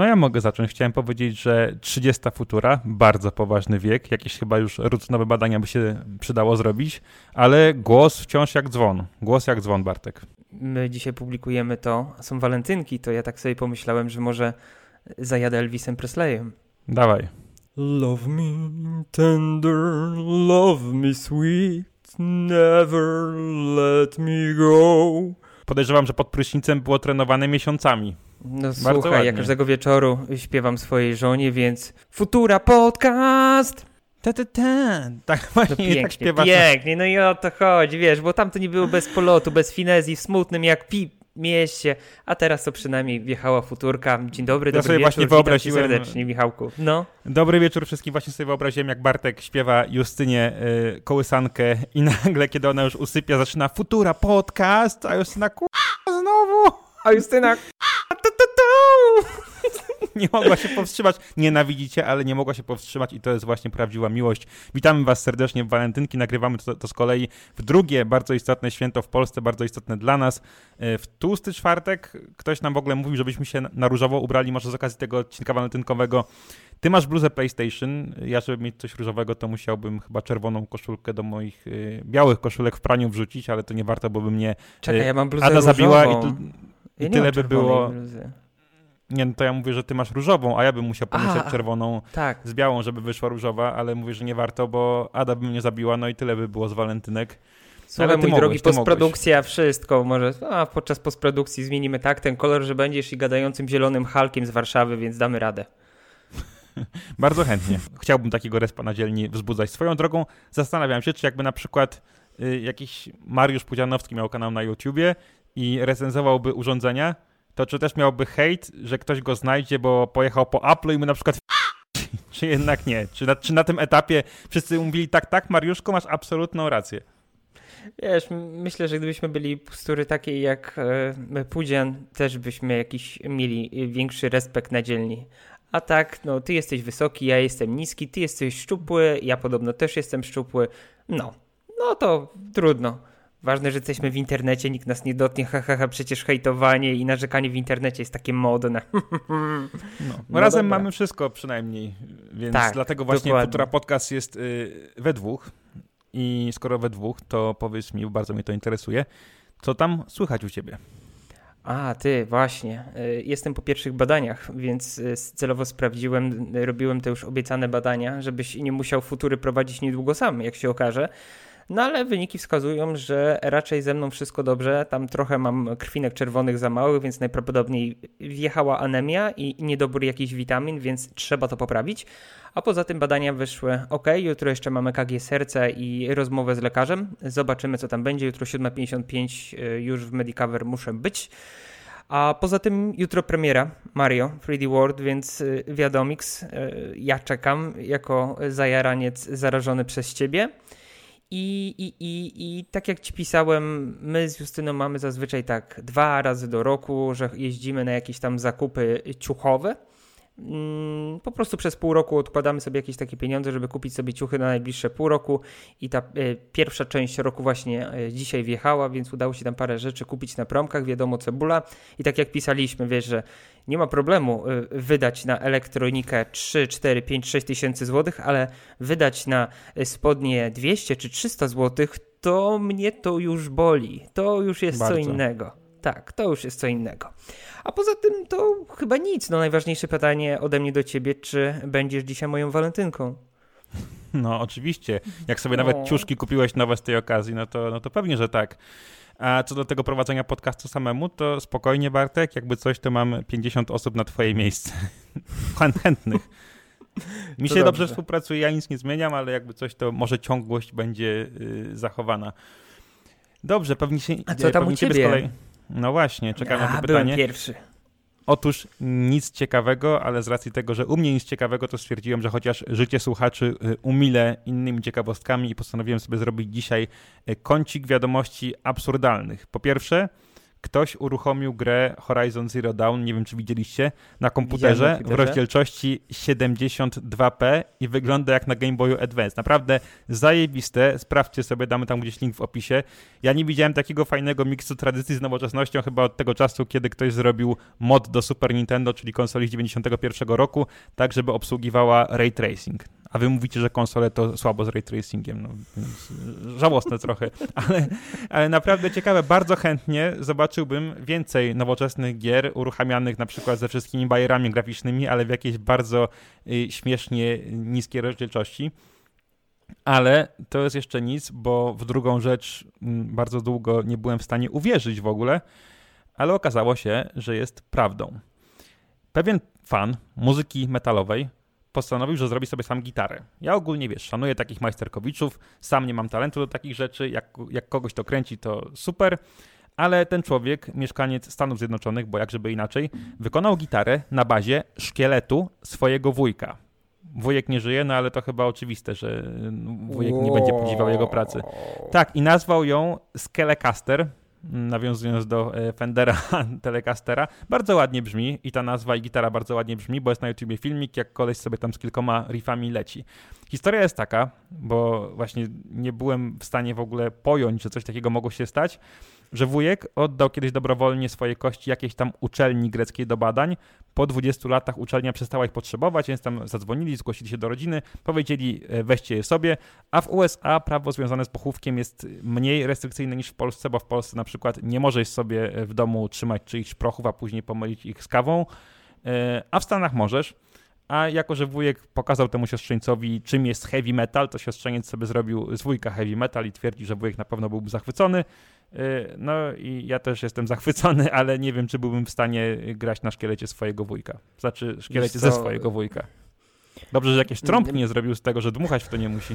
No ja mogę zacząć. Chciałem powiedzieć, że 30 futura, bardzo poważny wiek, jakieś chyba już rutynowe badania by się przydało zrobić, ale głos wciąż jak dzwon. Głos jak dzwon, Bartek. My dzisiaj publikujemy to, są walentynki, to ja tak sobie pomyślałem, że może zajadę Elvisem Presleyem. Dawaj. Love me tender, love me sweet, never let me go. Podejrzewam, że pod prysznicem było trenowane miesiącami. No bardzo słuchaj, ładnie. Ja każdego wieczoru śpiewam swojej żonie, więc Futura Podcast! Tak właśnie, No pięknie, tak śpiewasz. pięknie, no i o to chodzi, wiesz, bo tam to nie było bez polotu, bez finezji, w smutnym jak mieście, a teraz to przynajmniej wjechała futurka. Dzień dobry, dobry sobie wieczór, właśnie witam cię wyobraziłem- serdecznie, Michałku. No. Dobry wieczór wszystkim. Właśnie sobie wyobraziłem, jak Bartek śpiewa Justynie kołysankę i nagle, kiedy ona już usypia, zaczyna Futura Podcast, a Justyna znowu. A Justyna... Nie mogła się powstrzymać. Nienawidzicie, ale nie mogła się powstrzymać i to jest właśnie prawdziwa miłość. Witamy was serdecznie w walentynki. Nagrywamy to z kolei w drugie bardzo istotne święto w Polsce, bardzo istotne dla nas. W tłusty czwartek ktoś nam w ogóle mówił, żebyśmy się na różowo ubrali, może z okazji tego odcinka walentynkowego. Ty masz bluzę PlayStation. Ja, żeby mieć coś różowego, to musiałbym chyba czerwoną koszulkę do moich białych koszulek w praniu wrzucić, ale to nie warto, bo by mnie Czekaj, ja mam bluzę Ada różową. zabiła Ja nie tyle mam by było. bluzy. Nie, no to ja mówię, że ty masz różową, a ja bym musiał pomieszać czerwoną Tak. z białą, żeby wyszła różowa, ale mówię, że nie warto, bo Ada by mnie zabiła, no i tyle by było z walentynek. Słuchaj, mój drogi, ty postprodukcja, wszystko może. Podczas postprodukcji zmienimy tak ten kolor, że będziesz i gadającym zielonym Hulkiem z Warszawy, więc damy radę. Bardzo chętnie. Chciałbym takiego respa na dzielni wzbudzać. Swoją drogą zastanawiam się, czy jakby na przykład jakiś Mariusz Pudzianowski miał kanał na YouTubie i recenzowałby urządzenia, to czy też miałby hejt, że ktoś go znajdzie, bo pojechał po Apple'u i mu na przykład czy jednak nie? Czy na tym etapie wszyscy mówili tak, Mariuszko, masz absolutną rację. Wiesz, myślę, że gdybyśmy byli bzdury takiej jak Pudzian, też byśmy mieli większy respekt na dzielni. A tak, no ty jesteś wysoki, ja jestem niski, ty jesteś szczupły, ja podobno też jestem szczupły. No to trudno. Ważne, że jesteśmy w internecie, nikt nas nie dotknie, przecież hejtowanie i narzekanie w internecie jest takie modne. No razem dobra. Mamy wszystko przynajmniej, więc tak, dlatego właśnie dokładnie. Futura Podcast jest we dwóch i skoro we dwóch, to powiedz mi, bardzo mnie to interesuje, co tam słychać u ciebie? A, ty, właśnie. Jestem po pierwszych badaniach, więc celowo sprawdziłem, robiłem te już obiecane badania, żebyś nie musiał Futury prowadzić niedługo sam, jak się okaże. No ale wyniki wskazują, że raczej ze mną wszystko dobrze. Tam trochę mam krwinek czerwonych za małych, więc najprawdopodobniej wjechała anemia i niedobór jakichś witamin, więc trzeba to poprawić. A poza tym badania wyszły ok. Jutro jeszcze mamy EKG serca i rozmowę z lekarzem. Zobaczymy, co tam będzie. Jutro 7:55 już w Medicover muszę być. A poza tym jutro premiera Mario 3D World, więc wiadomiks. Ja czekam jako zajaraniec zarażony przez ciebie. I tak jak ci pisałem, my z Justyną mamy zazwyczaj tak 2 razy do roku, że jeździmy na jakieś tam zakupy ciuchowe. Po prostu przez pół roku odkładamy sobie jakieś takie pieniądze, żeby kupić sobie ciuchy na najbliższe pół roku i ta pierwsza część roku właśnie dzisiaj wjechała, więc udało się tam parę rzeczy kupić na promkach, wiadomo, cebula i tak jak pisaliśmy, wiesz, że nie ma problemu wydać na elektronikę 3, 4, 5, 6 tysięcy złotych, ale wydać na spodnie 200 czy 300 złotych, to mnie to już boli, to już jest bardzo. Co innego. Tak, to już jest co innego. A poza tym to chyba nic. No najważniejsze pytanie ode mnie do ciebie, czy będziesz dzisiaj moją walentynką? No oczywiście. Jak sobie nawet ciuszki kupiłeś nowe z tej okazji, no to pewnie, że tak. A co do tego prowadzenia podcastu samemu, to spokojnie, Bartek, jakby coś, to mam 50 osób na twoje miejsce. Chętnych. Mi się dobrze współpracuje, ja nic nie zmieniam, ale jakby coś, to może ciągłość będzie zachowana. Dobrze, pewnie się... A co tam u ciebie? Z kolei... No właśnie, czekam na to pytanie. Byłem pierwszy. Otóż nic ciekawego, ale z racji tego, że u mnie nic ciekawego, to stwierdziłem, że chociaż życie słuchaczy umilę innymi ciekawostkami i postanowiłem sobie zrobić dzisiaj kącik wiadomości absurdalnych. Po pierwsze, ktoś uruchomił grę Horizon Zero Dawn, nie wiem czy widzieliście, na komputerze w rozdzielczości 72p i wygląda jak na Game Boyu Advance. Naprawdę zajebiste, sprawdźcie sobie, damy tam gdzieś link w opisie. Ja nie widziałem takiego fajnego miksu tradycji z nowoczesnością chyba od tego czasu, kiedy ktoś zrobił mod do Super Nintendo, czyli konsoli z 91 roku, tak żeby obsługiwała ray tracing. A wy mówicie, że konsole to słabo z ray tracingiem. No, więc żałosne trochę, ale naprawdę ciekawe. Bardzo chętnie zobaczyłbym więcej nowoczesnych gier uruchamianych na przykład ze wszystkimi bajerami graficznymi, ale w jakiejś bardzo śmiesznie niskiej rozdzielczości. Ale to jest jeszcze nic, bo w drugą rzecz bardzo długo nie byłem w stanie uwierzyć w ogóle, ale okazało się, że jest prawdą. Pewien fan muzyki metalowej postanowił, że zrobi sobie sam gitarę. Ja ogólnie, szanuję takich majsterkowiczów, sam nie mam talentu do takich rzeczy, jak kogoś to kręci, to super, ale ten człowiek, mieszkaniec Stanów Zjednoczonych, bo jak żeby inaczej, wykonał gitarę na bazie szkieletu swojego wujka. Wujek nie żyje, no ale to chyba oczywiste, że wujek nie będzie podziwiał jego pracy. Tak, i nazwał ją Skelecaster, nawiązując do Fendera Telecastera. Bardzo ładnie brzmi i ta nazwa i gitara bardzo ładnie brzmi, bo jest na YouTubie filmik, jak koleś sobie tam z kilkoma riffami leci. Historia jest taka, bo właśnie nie byłem w stanie w ogóle pojąć, że coś takiego mogło się stać, że wujek oddał kiedyś dobrowolnie swoje kości jakiejś tam uczelni greckiej do badań. Po 20 latach uczelnia przestała ich potrzebować, więc tam zadzwonili, zgłosili się do rodziny, powiedzieli weźcie je sobie, a w USA prawo związane z pochówkiem jest mniej restrykcyjne niż w Polsce, bo w Polsce na przykład nie możesz sobie w domu trzymać czyichś prochów, a później pomylić ich z kawą, a w Stanach możesz. A jako, że wujek pokazał temu siostrzeńcowi, czym jest heavy metal, to siostrzeniec sobie zrobił z wujka heavy metal i twierdzi, że wujek na pewno byłby zachwycony. No i ja też jestem zachwycony, ale nie wiem, czy byłbym w stanie grać na szkielecie swojego wujka. Znaczy szkielecie ze swojego wujka. Dobrze, że jakieś trąbki nie zrobił z tego, że dmuchać w to nie musi.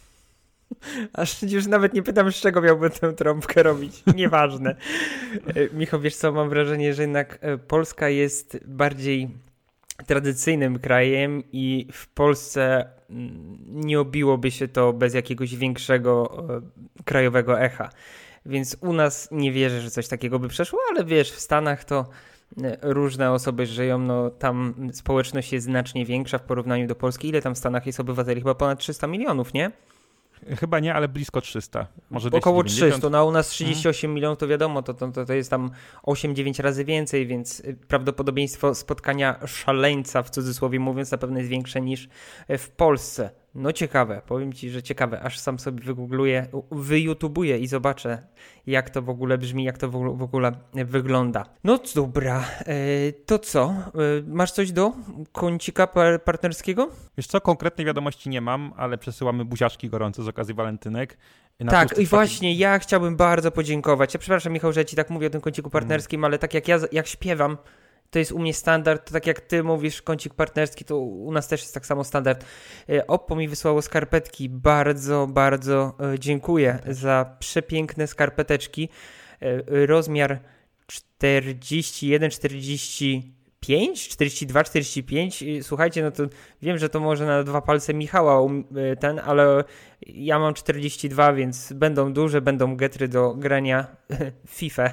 Aż już nawet nie pytam, z czego miałbym tę trąbkę robić. Nieważne. Michał, wiesz co, mam wrażenie, że jednak Polska jest bardziej tradycyjnym krajem i w Polsce nie obiłoby się to bez jakiegoś większego krajowego echa. Więc u nas nie wierzę, że coś takiego by przeszło, ale wiesz, w Stanach to różne osoby żyją, no tam społeczność jest znacznie większa w porównaniu do Polski. Ile tam w Stanach jest obywateli? Chyba ponad 300 milionów, nie? Chyba nie, ale blisko 300. Może około 300, no a u nas 38 milionów, to wiadomo, to jest tam 8-9 razy więcej, więc prawdopodobieństwo spotkania szaleńca, w cudzysłowie mówiąc, na pewno jest większe niż w Polsce. No ciekawe, powiem ci, że ciekawe, aż sam sobie wygoogluję, wyjutubuję i zobaczę, jak to w ogóle brzmi, jak to w ogóle wygląda. No dobra, to co? Masz coś do kącika partnerskiego? Wiesz co, konkretnej wiadomości nie mam, ale przesyłamy buziaczki gorące z okazji walentynek. Tak, i właśnie ja chciałbym bardzo podziękować. Ja przepraszam, Michał, że ja ci tak mówię o tym kąciku partnerskim, ale tak jak ja jak śpiewam, to jest u mnie standard, to tak jak ty mówisz kącik partnerski, to u nas też jest tak samo standard. Oppo mi wysłało skarpetki, bardzo, bardzo dziękuję za przepiękne skarpeteczki. Rozmiar 41, 45, 42, 45. Słuchajcie, no to wiem, że to może na 2 palce Michała ale ja mam 42, więc będą duże, będą getry do grania FIFA.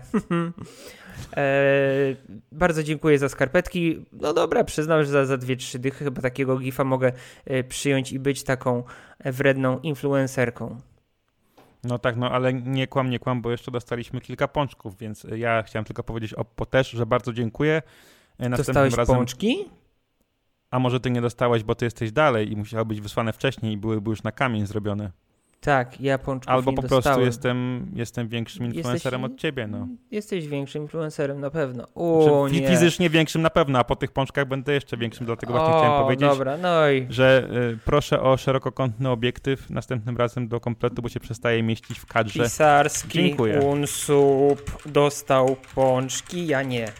Bardzo dziękuję za skarpetki. No dobra, przyznam, że za 2-3 dychy chyba takiego gifa mogę przyjąć i być taką wredną influencerką. No tak, no ale nie kłam, bo jeszcze dostaliśmy kilka pączków, więc ja chciałem tylko powiedzieć Oppo też, że bardzo dziękuję. Dostałeś pączki? A może ty nie dostałeś, bo ty jesteś dalej i musiało być wysłane wcześniej i byłyby już na kamień zrobione. Tak, ja pączków albo nie po dostałem. prostu jestem większym influencerem od ciebie, no. Jesteś większym influencerem na pewno. Nie. Fizycznie większym na pewno, a po tych pączkach będę jeszcze większym, dlatego właśnie chciałem powiedzieć, dobra, no i... że proszę o szerokokątny obiektyw następnym razem do kompletu, bo się przestaje mieścić w kadrze. Pisarski Dziękuję. unsub dostał pączki, ja nie.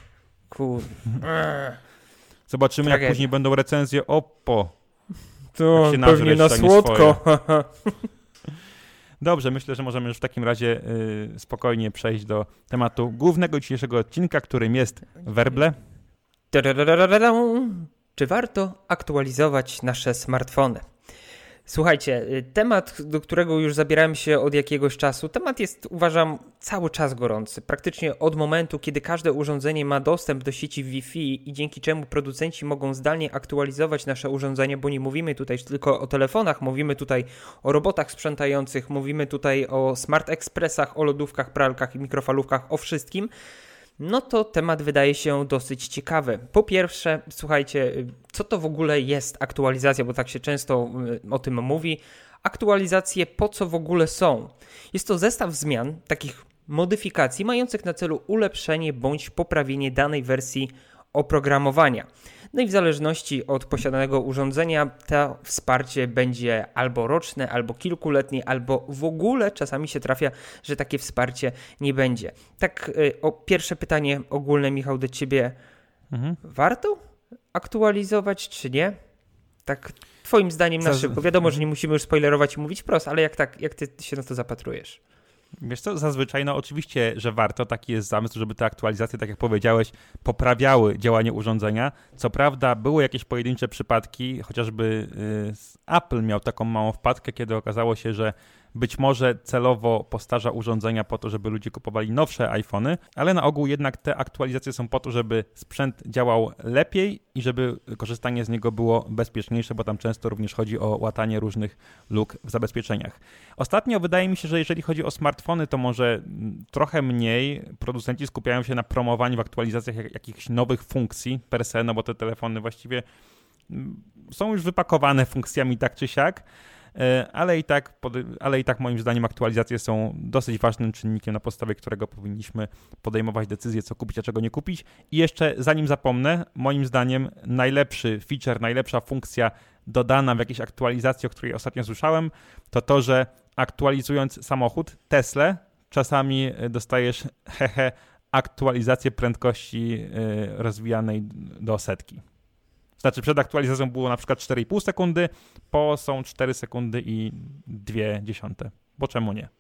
Zobaczymy, jak później będą recenzje Oppo. To pewnie na słodko. Dobrze, myślę, że możemy już w takim razie spokojnie przejść do tematu głównego dzisiejszego odcinka, którym jest werble. Czy warto aktualizować nasze smartfony? Słuchajcie, temat, do którego już zabierałem się od jakiegoś czasu, temat jest, uważam, cały czas gorący. Praktycznie od momentu, kiedy każde urządzenie ma dostęp do sieci Wi-Fi i dzięki czemu producenci mogą zdalnie aktualizować nasze urządzenie, bo nie mówimy tutaj tylko o telefonach, mówimy tutaj o robotach sprzątających, mówimy tutaj o smart expressach, o lodówkach, pralkach i mikrofalówkach, o wszystkim. No to temat wydaje się dosyć ciekawy. Po pierwsze, słuchajcie, co to w ogóle jest aktualizacja, bo tak się często o tym mówi. Aktualizacje po co w ogóle są? Jest to zestaw zmian, takich modyfikacji mających na celu ulepszenie bądź poprawienie danej wersji oprogramowania. No i w zależności od posiadanego urządzenia to wsparcie będzie albo roczne, albo kilkuletnie, albo w ogóle czasami się trafia, że takie wsparcie nie będzie. Tak, pierwsze pytanie ogólne, Michał, do ciebie. Warto aktualizować czy nie? Tak twoim zdaniem na szybko. Wiadomo, że nie musimy już spoilerować i mówić wprost, ale jak ty się na to zapatrujesz? Wiesz co, zazwyczaj, no oczywiście, że warto, taki jest zamysł, żeby te aktualizacje, tak jak powiedziałeś, poprawiały działanie urządzenia. Co prawda były jakieś pojedyncze przypadki, chociażby Apple miał taką małą wpadkę, kiedy okazało się, że być może celowo postarza urządzenia po to, żeby ludzie kupowali nowsze iPhony, ale na ogół jednak te aktualizacje są po to, żeby sprzęt działał lepiej i żeby korzystanie z niego było bezpieczniejsze, bo tam często również chodzi o łatanie różnych luk w zabezpieczeniach. Ostatnio wydaje mi się, że jeżeli chodzi o smartfony, to może trochę mniej producenci skupiają się na promowaniu w aktualizacjach jakichś nowych funkcji per se, no bo te telefony właściwie są już wypakowane funkcjami tak czy siak. Ale i tak moim zdaniem aktualizacje są dosyć ważnym czynnikiem, na podstawie którego powinniśmy podejmować decyzję, co kupić, a czego nie kupić. I jeszcze zanim zapomnę, moim zdaniem najlepszy feature, najlepsza funkcja dodana w jakiejś aktualizacji, o której ostatnio słyszałem, to, że aktualizując samochód Tesla, czasami dostajesz aktualizację prędkości rozwijanej do setki. Znaczy przed aktualizacją było na przykład 4,5 sekundy, po są 4 sekundy i 0,2. Bo czemu nie?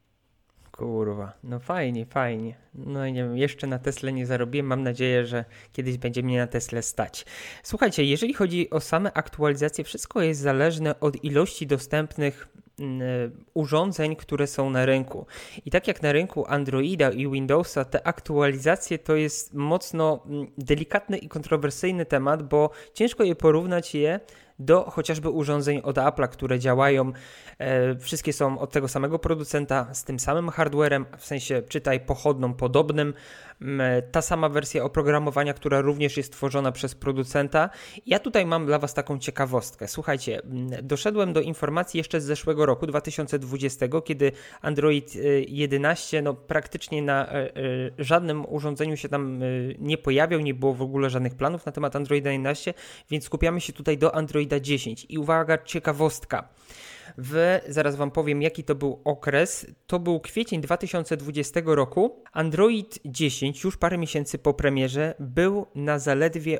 Kurwa, no fajnie. No i nie wiem, jeszcze na Teslę nie zarobiłem. Mam nadzieję, że kiedyś będzie mnie na Teslę stać. Słuchajcie, jeżeli chodzi o same aktualizacje, wszystko jest zależne od ilości dostępnych urządzeń, które są na rynku. I tak jak na rynku Androida i Windowsa, te aktualizacje to jest mocno delikatny i kontrowersyjny temat, bo ciężko je porównać do chociażby urządzeń od Apple'a, które działają, wszystkie są od tego samego producenta, z tym samym hardwarem, w sensie czytaj pochodną podobnym, ta sama wersja oprogramowania, która również jest tworzona przez producenta. Ja tutaj mam dla Was taką ciekawostkę. Słuchajcie, doszedłem do informacji jeszcze z zeszłego roku, 2020, kiedy Android 11 no, praktycznie na żadnym urządzeniu się tam nie pojawiał, nie było w ogóle żadnych planów na temat Androida 11, więc skupiamy się tutaj do Androida 10. I uwaga, ciekawostka. Zaraz Wam powiem, jaki to był okres. To był kwiecień 2020 roku. Android 10 już parę miesięcy po premierze był na zaledwie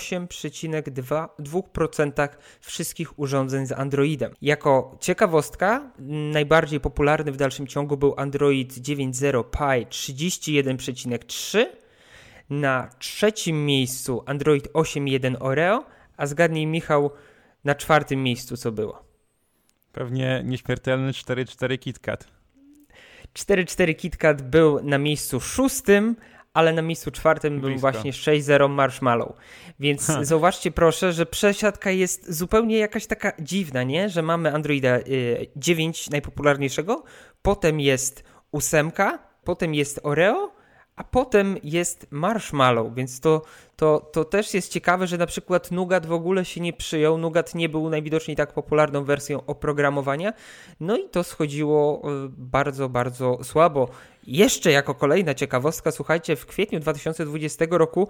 8,2% wszystkich urządzeń z Androidem. Jako ciekawostka, najbardziej popularny w dalszym ciągu był Android 9.0 Pie 31,3%. Na trzecim miejscu Android 8.1 Oreo, a zgadnij, Michał, na czwartym miejscu co było? Pewnie nieśmiertelny 4.4 KitKat. 4.4 KitKat był na miejscu szóstym, ale na miejscu czwartym był właśnie 6.0 Marshmallow. Więc zauważcie proszę, że przesiadka jest zupełnie jakaś taka dziwna, nie? Że mamy Androida 9 najpopularniejszego, potem jest 8, potem jest Oreo, a potem jest Marshmallow, więc to też jest ciekawe, że na przykład Nougat w ogóle się nie przyjął. Nougat nie był najwidoczniej tak popularną wersją oprogramowania. No i to schodziło bardzo, bardzo słabo. Jeszcze jako kolejna ciekawostka, słuchajcie, w kwietniu 2020 roku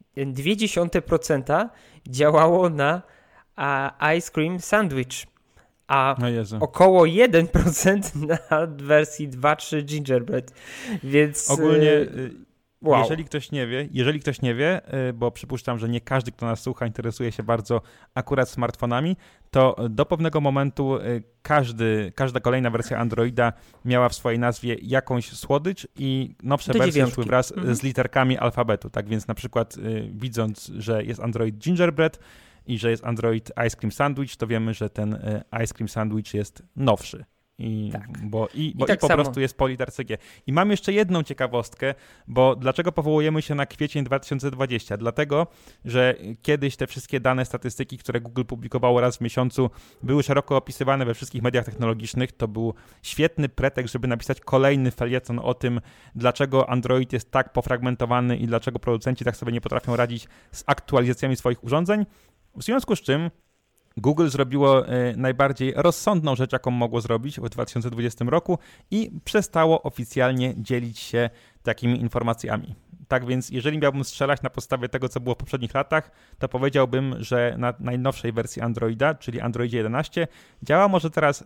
0,2% działało na Ice Cream Sandwich, a około 1% na wersji 2.3 Gingerbread, więc ogólnie wow. Jeżeli ktoś nie wie, bo przypuszczam, że nie każdy, kto nas słucha, interesuje się bardzo akurat smartfonami, to do pewnego momentu każda kolejna wersja Androida miała w swojej nazwie jakąś słodycz i nowsze wersje szły wraz z literkami alfabetu. Tak więc na przykład widząc, że jest Android Gingerbread, i że jest Android Ice Cream Sandwich, to wiemy, że ten Ice Cream Sandwich jest nowszy. Bo po prostu jest Politer CG. I mam jeszcze jedną ciekawostkę, bo dlaczego powołujemy się na kwiecień 2020? Dlatego, że kiedyś te wszystkie dane, statystyki, które Google publikowało raz w miesiącu, były szeroko opisywane we wszystkich mediach technologicznych. To był świetny pretekst, żeby napisać kolejny felieton o tym, dlaczego Android jest tak pofragmentowany i dlaczego producenci tak sobie nie potrafią radzić z aktualizacjami swoich urządzeń. W związku z czym Google zrobiło najbardziej rozsądną rzecz, jaką mogło zrobić w 2020 roku i przestało oficjalnie dzielić się takimi informacjami. Tak więc, jeżeli miałbym strzelać na podstawie tego, co było w poprzednich latach, to powiedziałbym, że na najnowszej wersji Androida, czyli Androidzie 11, działa może teraz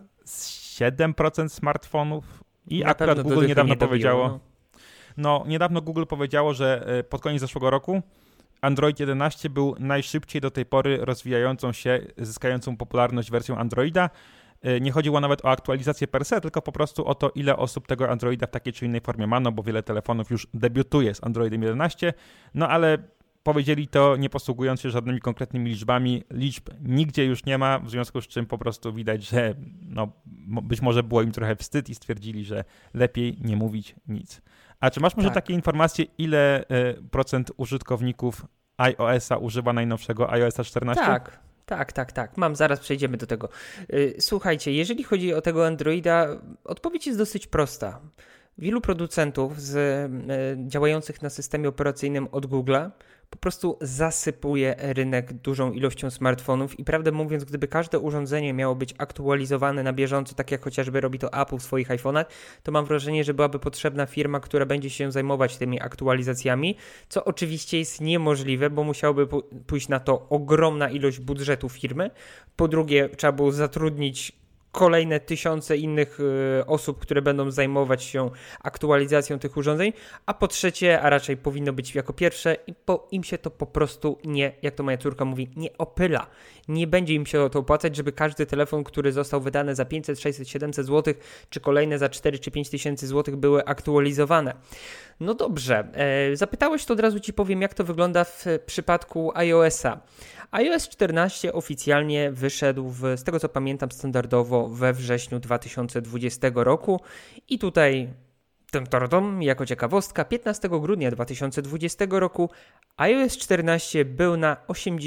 7% smartfonów i na akurat Google niedawno powiedziało... niedawno Google powiedziało, że pod koniec zeszłego roku Android 11 był najszybciej do tej pory rozwijającą się, zyskającą popularność wersją Androida. Nie chodziło nawet o aktualizację per se, tylko po prostu o to, ile osób tego Androida w takiej czy innej formie ma, no bo wiele telefonów już debiutuje z Androidem 11, no ale powiedzieli to nie posługując się żadnymi konkretnymi liczbami. Liczb nigdzie już nie ma, w związku z czym po prostu widać, że być może było im trochę wstyd i stwierdzili, że lepiej nie mówić nic. A czy masz może takie informacje, ile procent użytkowników iOS-a używa najnowszego iOS-a 14? Tak. Zaraz przejdziemy do tego. Słuchajcie, jeżeli chodzi o tego Androida, odpowiedź jest dosyć prosta. Wielu producentów działających na systemie operacyjnym od Google'a po prostu zasypuje rynek dużą ilością smartfonów i prawdę mówiąc, gdyby każde urządzenie miało być aktualizowane na bieżąco, tak jak chociażby robi to Apple w swoich iPhone'ach, to mam wrażenie, że byłaby potrzebna firma, która będzie się zajmować tymi aktualizacjami, co oczywiście jest niemożliwe, bo musiałoby pójść na to ogromna ilość budżetu firmy. Po drugie, trzeba było zatrudnić kolejne tysiące innych osób, które będą zajmować się aktualizacją tych urządzeń, a po trzecie, a raczej powinno być jako pierwsze, im się to po prostu nie, jak to moja córka mówi, nie opyla. Nie będzie im się to opłacać, żeby każdy telefon, który został wydany za 500, 600, 700 zł, czy kolejne za 4 czy 5 tysięcy złotych były aktualizowane. No dobrze, zapytałeś, to od razu Ci powiem, jak to wygląda w przypadku iOS-a. iOS 14 oficjalnie wyszedł, z tego co pamiętam, standardowo we wrześniu 2020 roku i tutaj jako ciekawostka, 15 grudnia 2020 roku iOS 14 był na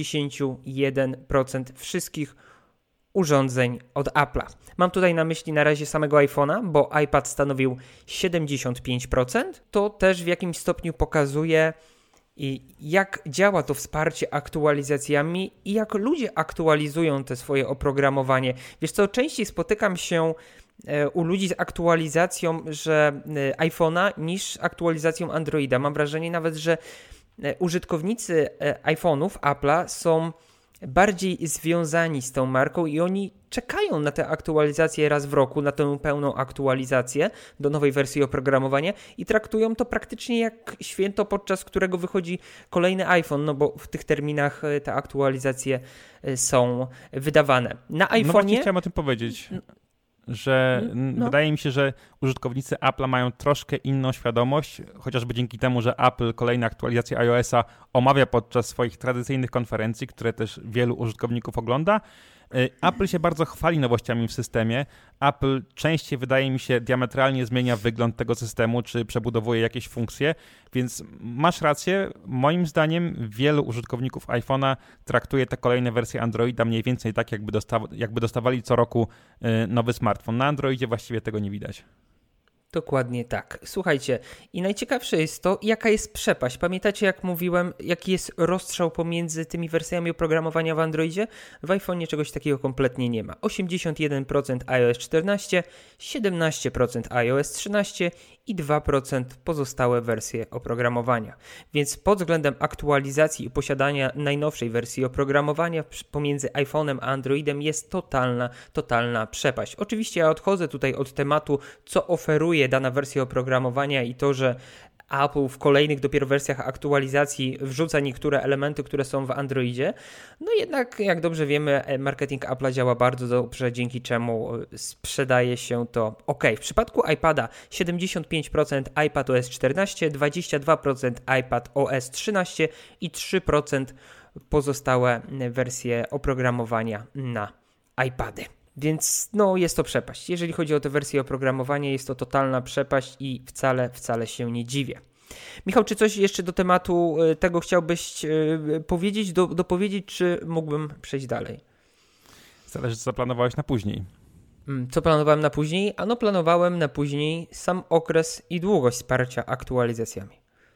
81% wszystkich urządzeń od Apple'a. Mam tutaj na myśli na razie samego iPhone'a, bo iPad stanowił 75%. To też w jakimś stopniu pokazuje, jak działa to wsparcie aktualizacjami i jak ludzie aktualizują te swoje oprogramowanie. Wiesz co, częściej spotykam się u ludzi z aktualizacją iPhone'a niż aktualizacją Androida. Mam wrażenie nawet, że użytkownicy iPhone'ów Apple'a są bardziej związani z tą marką i oni czekają na tę aktualizację raz w roku, na tę pełną aktualizację do nowej wersji oprogramowania i traktują to praktycznie jak święto, podczas którego wychodzi kolejny iPhone, no bo w tych terminach te aktualizacje są wydawane. Na iPhone'ie... No właśnie chciałem o tym powiedzieć, że wydaje mi się, że użytkownicy Apple'a mają troszkę inną świadomość, chociażby dzięki temu, że Apple kolejne aktualizacje iOS-a omawia podczas swoich tradycyjnych konferencji, które też wielu użytkowników ogląda. Apple się bardzo chwali nowościami w systemie. Apple częściej, wydaje mi się, diametralnie zmienia wygląd tego systemu, czy przebudowuje jakieś funkcje, więc masz rację. Moim zdaniem wielu użytkowników iPhone'a traktuje te kolejne wersje Androida mniej więcej tak, jakby dostawali co roku nowy smartfon. Na Androidzie właściwie tego nie widać. Dokładnie tak. Słuchajcie, i najciekawsze jest to, jaka jest przepaść. Pamiętacie, jak mówiłem, jaki jest rozstrzał pomiędzy tymi wersjami oprogramowania w Androidzie? W iPhone'ie czegoś takiego kompletnie nie ma. 81% iOS 14, 17% iOS 13 i 2% pozostałe wersje oprogramowania. Więc pod względem aktualizacji i posiadania najnowszej wersji oprogramowania pomiędzy iPhone'em a Androidem jest totalna przepaść. Oczywiście ja odchodzę tutaj od tematu, co oferuje dana wersja oprogramowania i to, że Apple w kolejnych dopiero wersjach aktualizacji wrzuca niektóre elementy, które są w Androidzie. No jednak, jak dobrze wiemy, marketing Apple'a działa bardzo dobrze, dzięki czemu sprzedaje się to ok. W przypadku iPada 75% iPadOS 14, 22% iPadOS 13 i 3% pozostałe wersje oprogramowania na iPady. Więc jest to przepaść. Jeżeli chodzi o tę wersję oprogramowania, jest to totalna przepaść i wcale się nie dziwię. Michał, czy coś jeszcze do tematu tego chciałbyś powiedzieć, dopowiedzieć, czy mógłbym przejść dalej? Zależy, co zaplanowałeś na później. Co planowałem na później? Planowałem na później sam okres i długość wsparcia aktualizacjami.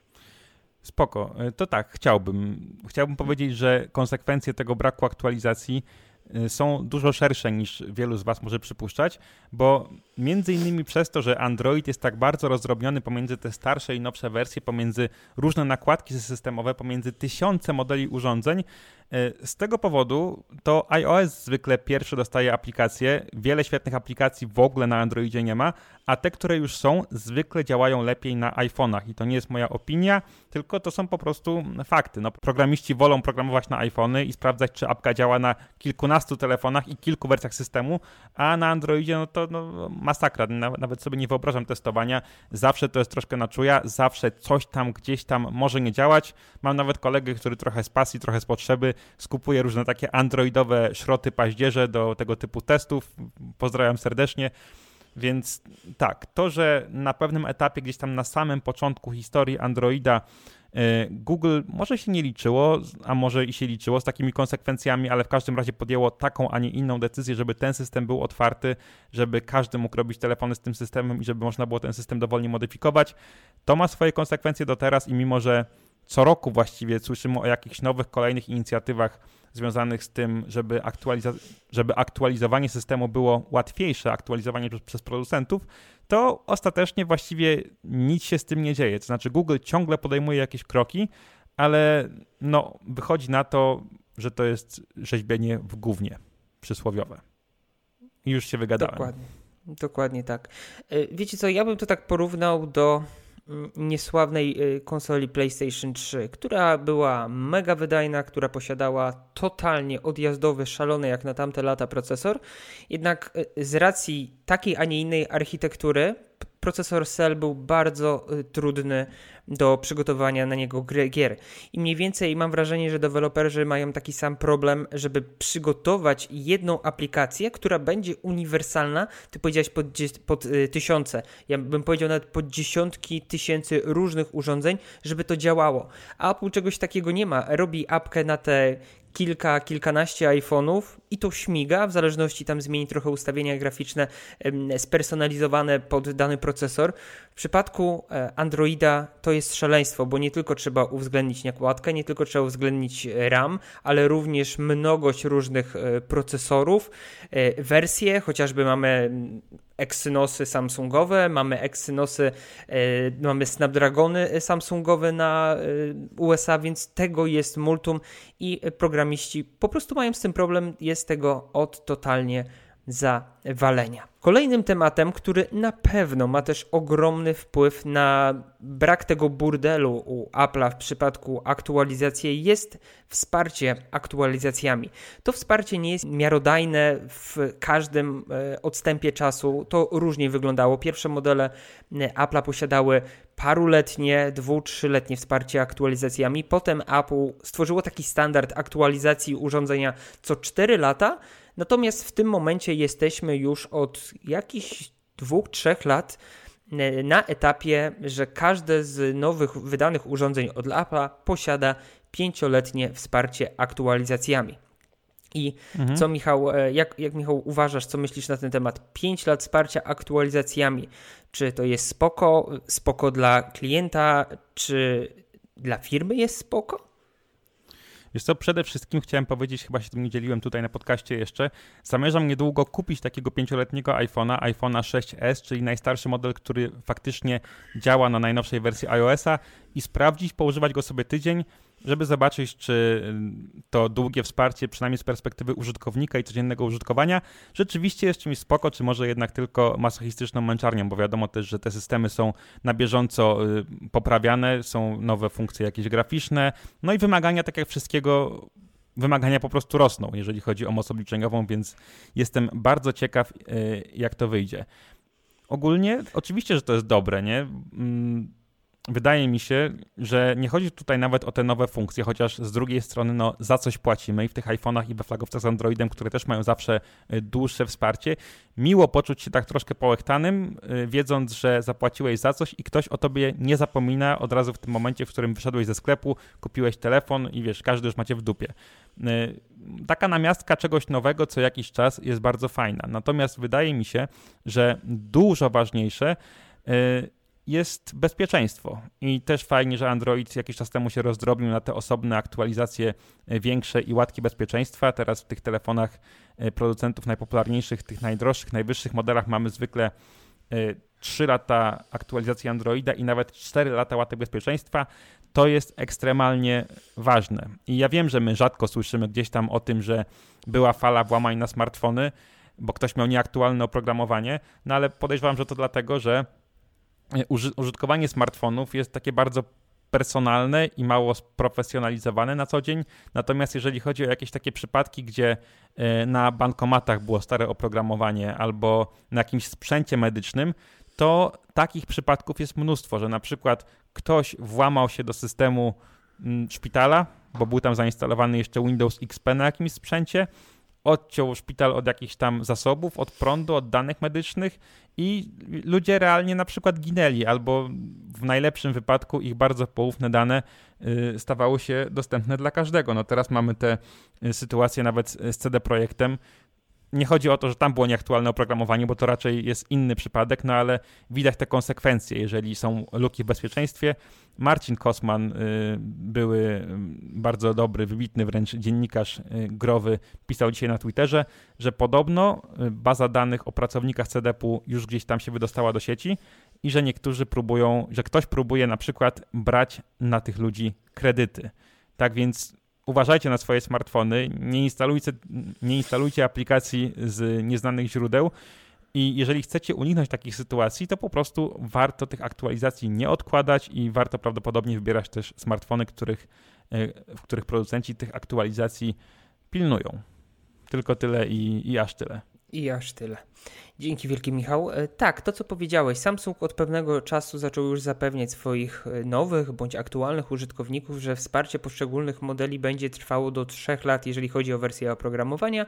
Spoko. To tak, chciałbym powiedzieć, że konsekwencje tego braku aktualizacji są dużo szersze niż wielu z Was może przypuszczać, bo między innymi przez to, że Android jest tak bardzo rozdrobniony pomiędzy te starsze i nowsze wersje, pomiędzy różne nakładki systemowe, pomiędzy tysiące modeli urządzeń, z tego powodu to iOS zwykle pierwszy dostaje aplikacje, wiele świetnych aplikacji w ogóle na Androidzie nie ma, a te, które już są, zwykle działają lepiej na iPhone'ach i to nie jest moja opinia, tylko to są po prostu fakty. Programiści wolą programować na iPhony i sprawdzać, czy apka działa na kilkunastu telefonach i kilku wersjach systemu, a na Androidzie to masakra, nawet sobie nie wyobrażam testowania, zawsze to jest troszkę na czuja, zawsze coś tam, gdzieś tam może nie działać. Mam nawet kolegę, który trochę z pasji, trochę z potrzeby skupuje różne takie androidowe szroty paździerze do tego typu testów. Pozdrawiam serdecznie. Więc tak, to, że na pewnym etapie, gdzieś tam na samym początku historii Androida Google może się nie liczyło, a może i się liczyło z takimi konsekwencjami, ale w każdym razie podjęło taką, a nie inną decyzję, żeby ten system był otwarty, żeby każdy mógł robić telefony z tym systemem i żeby można było ten system dowolnie modyfikować. To ma swoje konsekwencje do teraz i mimo, że co roku właściwie słyszymy o jakichś nowych, kolejnych inicjatywach związanych z tym, żeby aktualizowanie systemu było łatwiejsze, aktualizowanie przez producentów, to ostatecznie właściwie nic się z tym nie dzieje. To znaczy Google ciągle podejmuje jakieś kroki, ale wychodzi na to, że to jest rzeźbienie w gównie przysłowiowe. I już się wygadałem. Dokładnie tak. Wiecie co, ja bym to tak porównał do niesławnej konsoli PlayStation 3, która była mega wydajna, która posiadała totalnie odjazdowy, szalony jak na tamte lata procesor, jednak z racji takiej, a nie innej architektury procesor Cell był bardzo trudny do przygotowania na niego gier. I mniej więcej mam wrażenie, że deweloperzy mają taki sam problem, żeby przygotować jedną aplikację, która będzie uniwersalna. Ty powiedziałeś pod tysiące. Ja bym powiedział nawet pod dziesiątki tysięcy różnych urządzeń, żeby to działało. A Apple czegoś takiego nie ma. Robi apkę na te kilkanaście iPhone'ów i to śmiga, w zależności tam zmieni trochę ustawienia graficzne spersonalizowane pod dany procesor. W przypadku Androida to jest szaleństwo, bo nie tylko trzeba uwzględnić nakładkę, nie tylko trzeba uwzględnić RAM, ale również mnogość różnych procesorów, wersje, chociażby mamy Exynosy Samsungowe, mamy Snapdragony Samsungowe na USA, więc tego jest multum i programiści po prostu mają z tym problem, jest tego od totalnie zawalenia. Kolejnym tematem, który na pewno ma też ogromny wpływ na brak tego burdelu u Apple'a w przypadku aktualizacji, jest wsparcie aktualizacjami. To wsparcie nie jest miarodajne w każdym odstępie czasu, to różnie wyglądało. Pierwsze modele Apple'a posiadały paruletnie, 2-3-letnie wsparcie aktualizacjami. Potem Apple stworzyło taki standard aktualizacji urządzenia co 4 lata, natomiast w tym momencie jesteśmy już od jakichś 2-3 lat na etapie, że każde z nowych wydanych urządzeń od Apple'a posiada 5-letnie wsparcie aktualizacjami. I co Michał, jak Michał uważasz, co myślisz na ten temat? 5 lat wsparcia aktualizacjami, czy to jest spoko dla klienta, czy dla firmy jest spoko? Wiesz co, przede wszystkim chciałem powiedzieć, chyba się tym nie dzieliłem tutaj na podcaście jeszcze, zamierzam niedługo kupić takiego 5-letniego iPhone'a 6s, czyli najstarszy model, który faktycznie działa na najnowszej wersji iOS-a i sprawdzić, poużywać go sobie tydzień, żeby zobaczyć, czy to długie wsparcie, przynajmniej z perspektywy użytkownika i codziennego użytkowania, rzeczywiście jest czymś spoko, czy może jednak tylko masochistyczną męczarnią, bo wiadomo też, że te systemy są na bieżąco poprawiane, są nowe funkcje jakieś graficzne, no i wymagania, tak jak wszystkiego, wymagania po prostu rosną, jeżeli chodzi o moc obliczeniową, więc jestem bardzo ciekaw, jak to wyjdzie. Ogólnie, oczywiście, że to jest dobre, nie? wydaje mi się, że nie chodzi tutaj nawet o te nowe funkcje, chociaż z drugiej strony no, za coś płacimy i w tych iPhone'ach i we flagowcach z Androidem, które też mają zawsze dłuższe wsparcie, miło poczuć się tak troszkę połechtanym, wiedząc, że zapłaciłeś za coś i ktoś o tobie nie zapomina od razu w tym momencie, w którym wyszedłeś ze sklepu, kupiłeś telefon i wiesz, każdy już macie w dupie. Taka namiastka czegoś nowego co jakiś czas jest bardzo fajna. Natomiast wydaje mi się, że dużo ważniejsze jest bezpieczeństwo i też fajnie, że Android jakiś czas temu się rozdrobił na te osobne aktualizacje większe i łatki bezpieczeństwa. Teraz w tych telefonach producentów najpopularniejszych, tych najdroższych, najwyższych modelach mamy zwykle 3 lata aktualizacji Androida i nawet 4 lata łatek bezpieczeństwa. To jest ekstremalnie ważne. I ja wiem, że my rzadko słyszymy gdzieś tam o tym, że była fala włamań na smartfony, bo ktoś miał nieaktualne oprogramowanie, no ale podejrzewam, że to dlatego, że użytkowanie smartfonów jest takie bardzo personalne i mało sprofesjonalizowane na co dzień. Natomiast jeżeli chodzi o jakieś takie przypadki, gdzie na bankomatach było stare oprogramowanie albo na jakimś sprzęcie medycznym, to takich przypadków jest mnóstwo, że na przykład ktoś włamał się do systemu szpitala, bo był tam zainstalowany jeszcze Windows XP na jakimś sprzęcie, odciął szpital od jakichś tam zasobów, od prądu, od danych medycznych i ludzie realnie na przykład ginęli, albo w najlepszym wypadku ich bardzo poufne dane stawały się dostępne dla każdego. No teraz mamy tę sytuację nawet z CD Projektem. Nie chodzi o to, że tam było nieaktualne oprogramowanie, bo to raczej jest inny przypadek, no ale widać te konsekwencje, jeżeli są luki w bezpieczeństwie. Marcin Kosman, były bardzo dobry, wybitny wręcz dziennikarz growy, pisał dzisiaj na Twitterze, że podobno baza danych o pracownikach CDP-u już gdzieś tam się wydostała do sieci i że niektórzy próbują, że ktoś próbuje na przykład brać na tych ludzi kredyty. Tak więc uważajcie na swoje smartfony, nie instalujcie aplikacji z nieznanych źródeł i jeżeli chcecie uniknąć takich sytuacji, to po prostu warto tych aktualizacji nie odkładać i warto prawdopodobnie wybierać też smartfony, w których producenci tych aktualizacji pilnują. Tylko tyle i aż tyle. I aż tyle. Dzięki wielkie, Michał. Tak, to co powiedziałeś, Samsung od pewnego czasu zaczął już zapewniać swoich nowych bądź aktualnych użytkowników, że wsparcie poszczególnych modeli będzie trwało do 3 lat, jeżeli chodzi o wersję oprogramowania.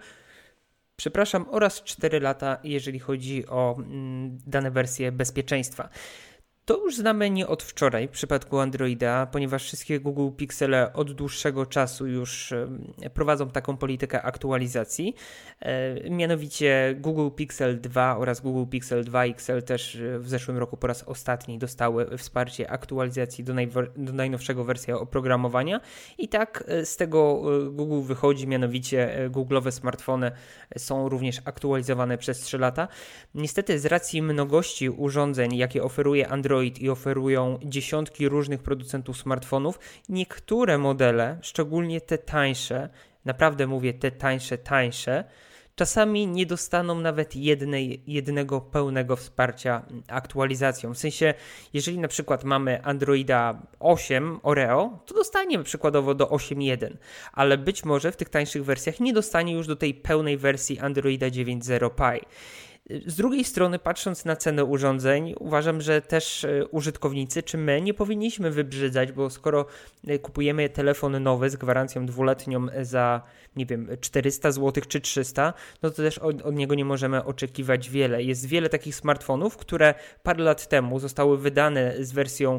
Oraz 4 lata, jeżeli chodzi o dane wersje bezpieczeństwa. To już znamy nie od wczoraj w przypadku Androida, ponieważ wszystkie Google Pixele od dłuższego czasu już prowadzą taką politykę aktualizacji. Mianowicie Google Pixel 2 oraz Google Pixel 2 XL też w zeszłym roku po raz ostatni dostały wsparcie aktualizacji do najnowszego wersji oprogramowania. I tak z tego Google wychodzi, mianowicie Google'owe smartfony są również aktualizowane przez 3 lata. Niestety z racji mnogości urządzeń, jakie oferuje Android i oferują dziesiątki różnych producentów smartfonów, niektóre modele, szczególnie te tańsze, naprawdę mówię te tańsze, czasami nie dostaną nawet jednego pełnego wsparcia aktualizacją. W sensie, jeżeli na przykład mamy Androida 8 Oreo, to dostaniemy przykładowo do 8.1, ale być może w tych tańszych wersjach nie dostanie już do tej pełnej wersji Androida 9.0 Pie. Z drugiej strony, patrząc na cenę urządzeń, uważam, że też użytkownicy, czy my, nie powinniśmy wybrzydzać, bo skoro kupujemy telefon nowy z gwarancją 2-letnią za, 400 zł czy 300, no to też od niego nie możemy oczekiwać wiele. Jest wiele takich smartfonów, które parę lat temu zostały wydane z wersją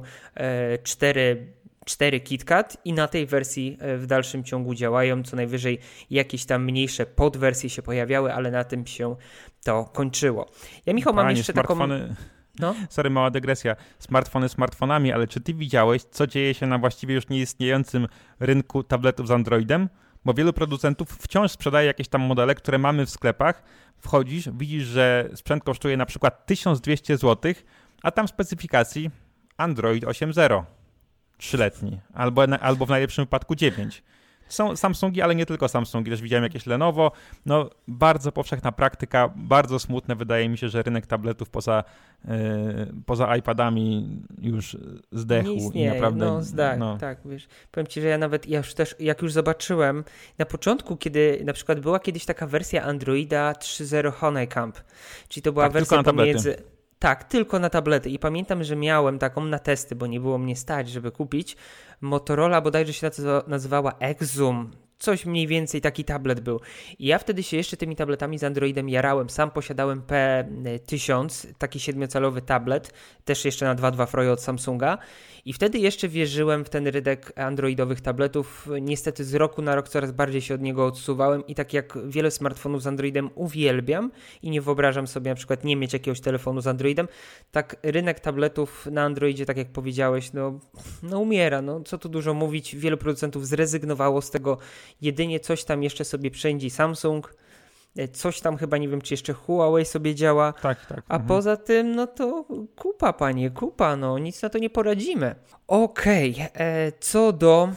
4 KitKat i na tej wersji w dalszym ciągu działają, co najwyżej jakieś tam mniejsze podwersje się pojawiały, ale na tym się to kończyło. Ja, Michał, mam jeszcze smartfony... No? Sorry, mała dygresja. Smartfony smartfonami, ale czy ty widziałeś, co dzieje się na właściwie już nieistniejącym rynku tabletów z Androidem? Bo wielu producentów wciąż sprzedaje jakieś tam modele, które mamy w sklepach. Wchodzisz, widzisz, że sprzęt kosztuje na przykład 1200 zł, a tam specyfikacji Android 8.0. 3-letni, albo w najlepszym wypadku 9. Są Samsungi, ale nie tylko Samsungi, też widziałem jakieś Lenovo. No, bardzo powszechna praktyka, bardzo smutne. Wydaje mi się, że rynek tabletów poza iPadami już zdechł. Nie istnieje, i naprawdę. Tak, wiesz. Powiem ci, że ja już też, jak już zobaczyłem, na początku, kiedy na przykład była kiedyś taka wersja Androida 3.0 Honeycomb, czyli to była wersja pomiędzy... Tak, tylko na tablety i pamiętam, że miałem taką na testy, bo nie było mnie stać, żeby kupić. Motorola bodajże się nazywała Exum. Coś mniej więcej taki tablet był. I ja wtedy się jeszcze tymi tabletami z Androidem jarałem. Sam posiadałem P1000, taki 7-calowy tablet, też jeszcze na 2.2 Froyo od Samsunga. I wtedy jeszcze wierzyłem w ten rynek androidowych tabletów. Niestety z roku na rok coraz bardziej się od niego odsuwałem i tak jak wiele smartfonów z Androidem uwielbiam i nie wyobrażam sobie na przykład nie mieć jakiegoś telefonu z Androidem, tak rynek tabletów na Androidzie, tak jak powiedziałeś, no umiera. No, co tu dużo mówić, wielu producentów zrezygnowało z tego. Jedynie coś tam jeszcze sobie przędzi Samsung, coś tam chyba, nie wiem, czy jeszcze Huawei sobie działa, Tak. a poza tym, no to kupa, panie, kupa, no nic na to nie poradzimy. Okej, co do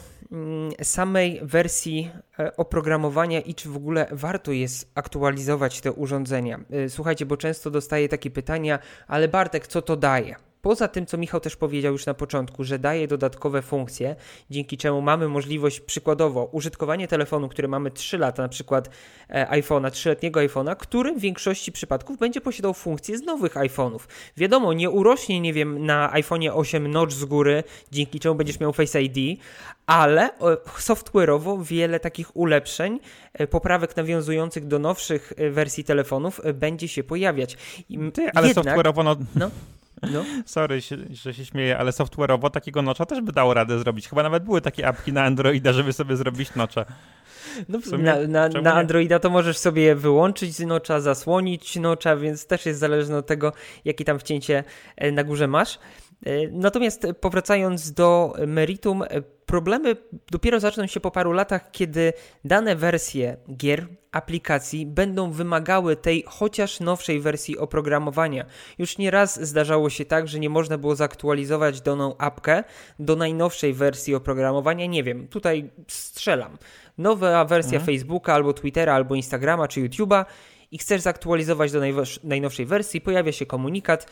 samej wersji oprogramowania i czy w ogóle warto jest aktualizować te urządzenia. Słuchajcie, bo często dostaję takie pytania, ale Bartek, co to daje? Poza tym, co Michał też powiedział już na początku, że daje dodatkowe funkcje, dzięki czemu mamy możliwość przykładowo użytkowania telefonu, który mamy 3 lata, na przykład iPhone'a, 3-letniego iPhone'a, który w większości przypadków będzie posiadał funkcje z nowych iPhone'ów. Wiadomo, nie urośnie, nie wiem, na iPhone'ie 8 notch z góry, dzięki czemu będziesz miał Face ID, ale software'owo wiele takich ulepszeń, poprawek nawiązujących do nowszych wersji telefonów będzie się pojawiać. Ale software'owo No. Sorry, że się śmieję, ale software'owo takiego notcha też by dało radę zrobić. Chyba nawet były takie apki na Androida, żeby sobie zrobić notcha. No, na Androida to możesz sobie wyłączyć z notcha, zasłonić notcha, więc też jest zależne od tego, jakie tam wcięcie na górze masz. Natomiast powracając do meritum, problemy dopiero zaczną się po paru latach, kiedy dane wersje gier, aplikacji będą wymagały tej chociaż nowszej wersji oprogramowania. Już nieraz zdarzało się tak, że nie można było zaktualizować daną apkę do najnowszej wersji oprogramowania. Nie wiem, tutaj strzelam. Nowa wersja Facebooka, albo Twittera, albo Instagrama, czy YouTube'a i chcesz zaktualizować do najnowszej wersji, pojawia się komunikat,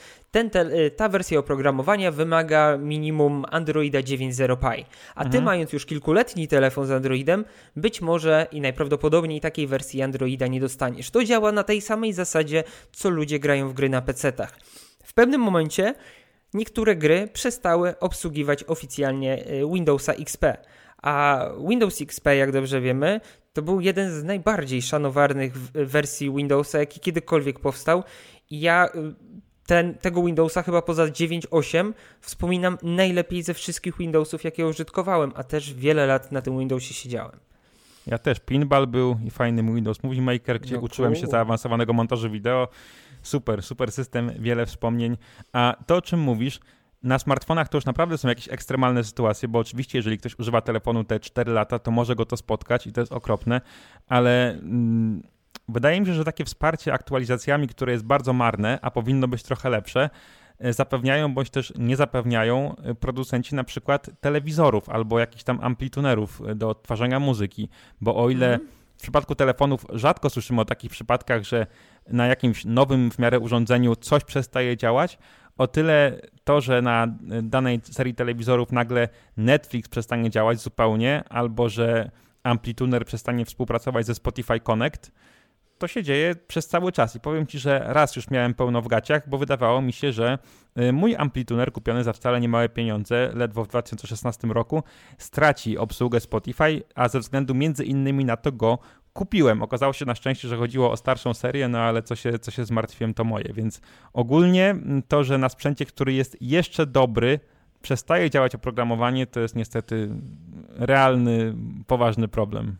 ta wersja oprogramowania wymaga minimum Androida 9.0 Pie. A ty mając już kilkuletni telefon z Androidem, być może i najprawdopodobniej takiej wersji Androida nie dostaniesz. To działa na tej samej zasadzie, co ludzie grają w gry na PC-tach. W pewnym momencie niektóre gry przestały obsługiwać oficjalnie Windowsa XP. A Windows XP, jak dobrze wiemy, to był jeden z najbardziej szanowanych wersji Windowsa, jaki kiedykolwiek powstał. I ja tego Windowsa chyba poza 9.8 wspominam najlepiej ze wszystkich Windowsów, jakie użytkowałem, a też wiele lat na tym Windowsie siedziałem. Ja też. Pinball był i fajny Windows Movie Maker, gdzie uczyłem się zaawansowanego montażu wideo. Super system, wiele wspomnień. A to, o czym mówisz, na smartfonach to już naprawdę są jakieś ekstremalne sytuacje, bo oczywiście jeżeli ktoś używa telefonu te 4 lata, to może go to spotkać i to jest okropne, ale wydaje mi się, że takie wsparcie aktualizacjami, które jest bardzo marne, a powinno być trochę lepsze, zapewniają bądź też nie zapewniają producenci na przykład telewizorów albo jakichś tam amplitunerów do odtwarzania muzyki, bo o ile w przypadku telefonów rzadko słyszymy o takich przypadkach, że na jakimś nowym w miarę urządzeniu coś przestaje działać, o tyle to, że na danej serii telewizorów nagle Netflix przestanie działać zupełnie, albo że amplituner przestanie współpracować ze Spotify Connect, to się dzieje przez cały czas. I powiem Ci, że raz już miałem pełno w gaciach, bo wydawało mi się, że mój amplituner kupiony za wcale niemałe pieniądze, ledwo w 2016 roku, straci obsługę Spotify, a ze względu między innymi na to go kupiłem. Okazało się na szczęście, że chodziło o starszą serię, no ale co się zmartwiłem, to moje. Więc ogólnie to, że na sprzęcie, który jest jeszcze dobry, przestaje działać oprogramowanie, to jest niestety realny, poważny problem.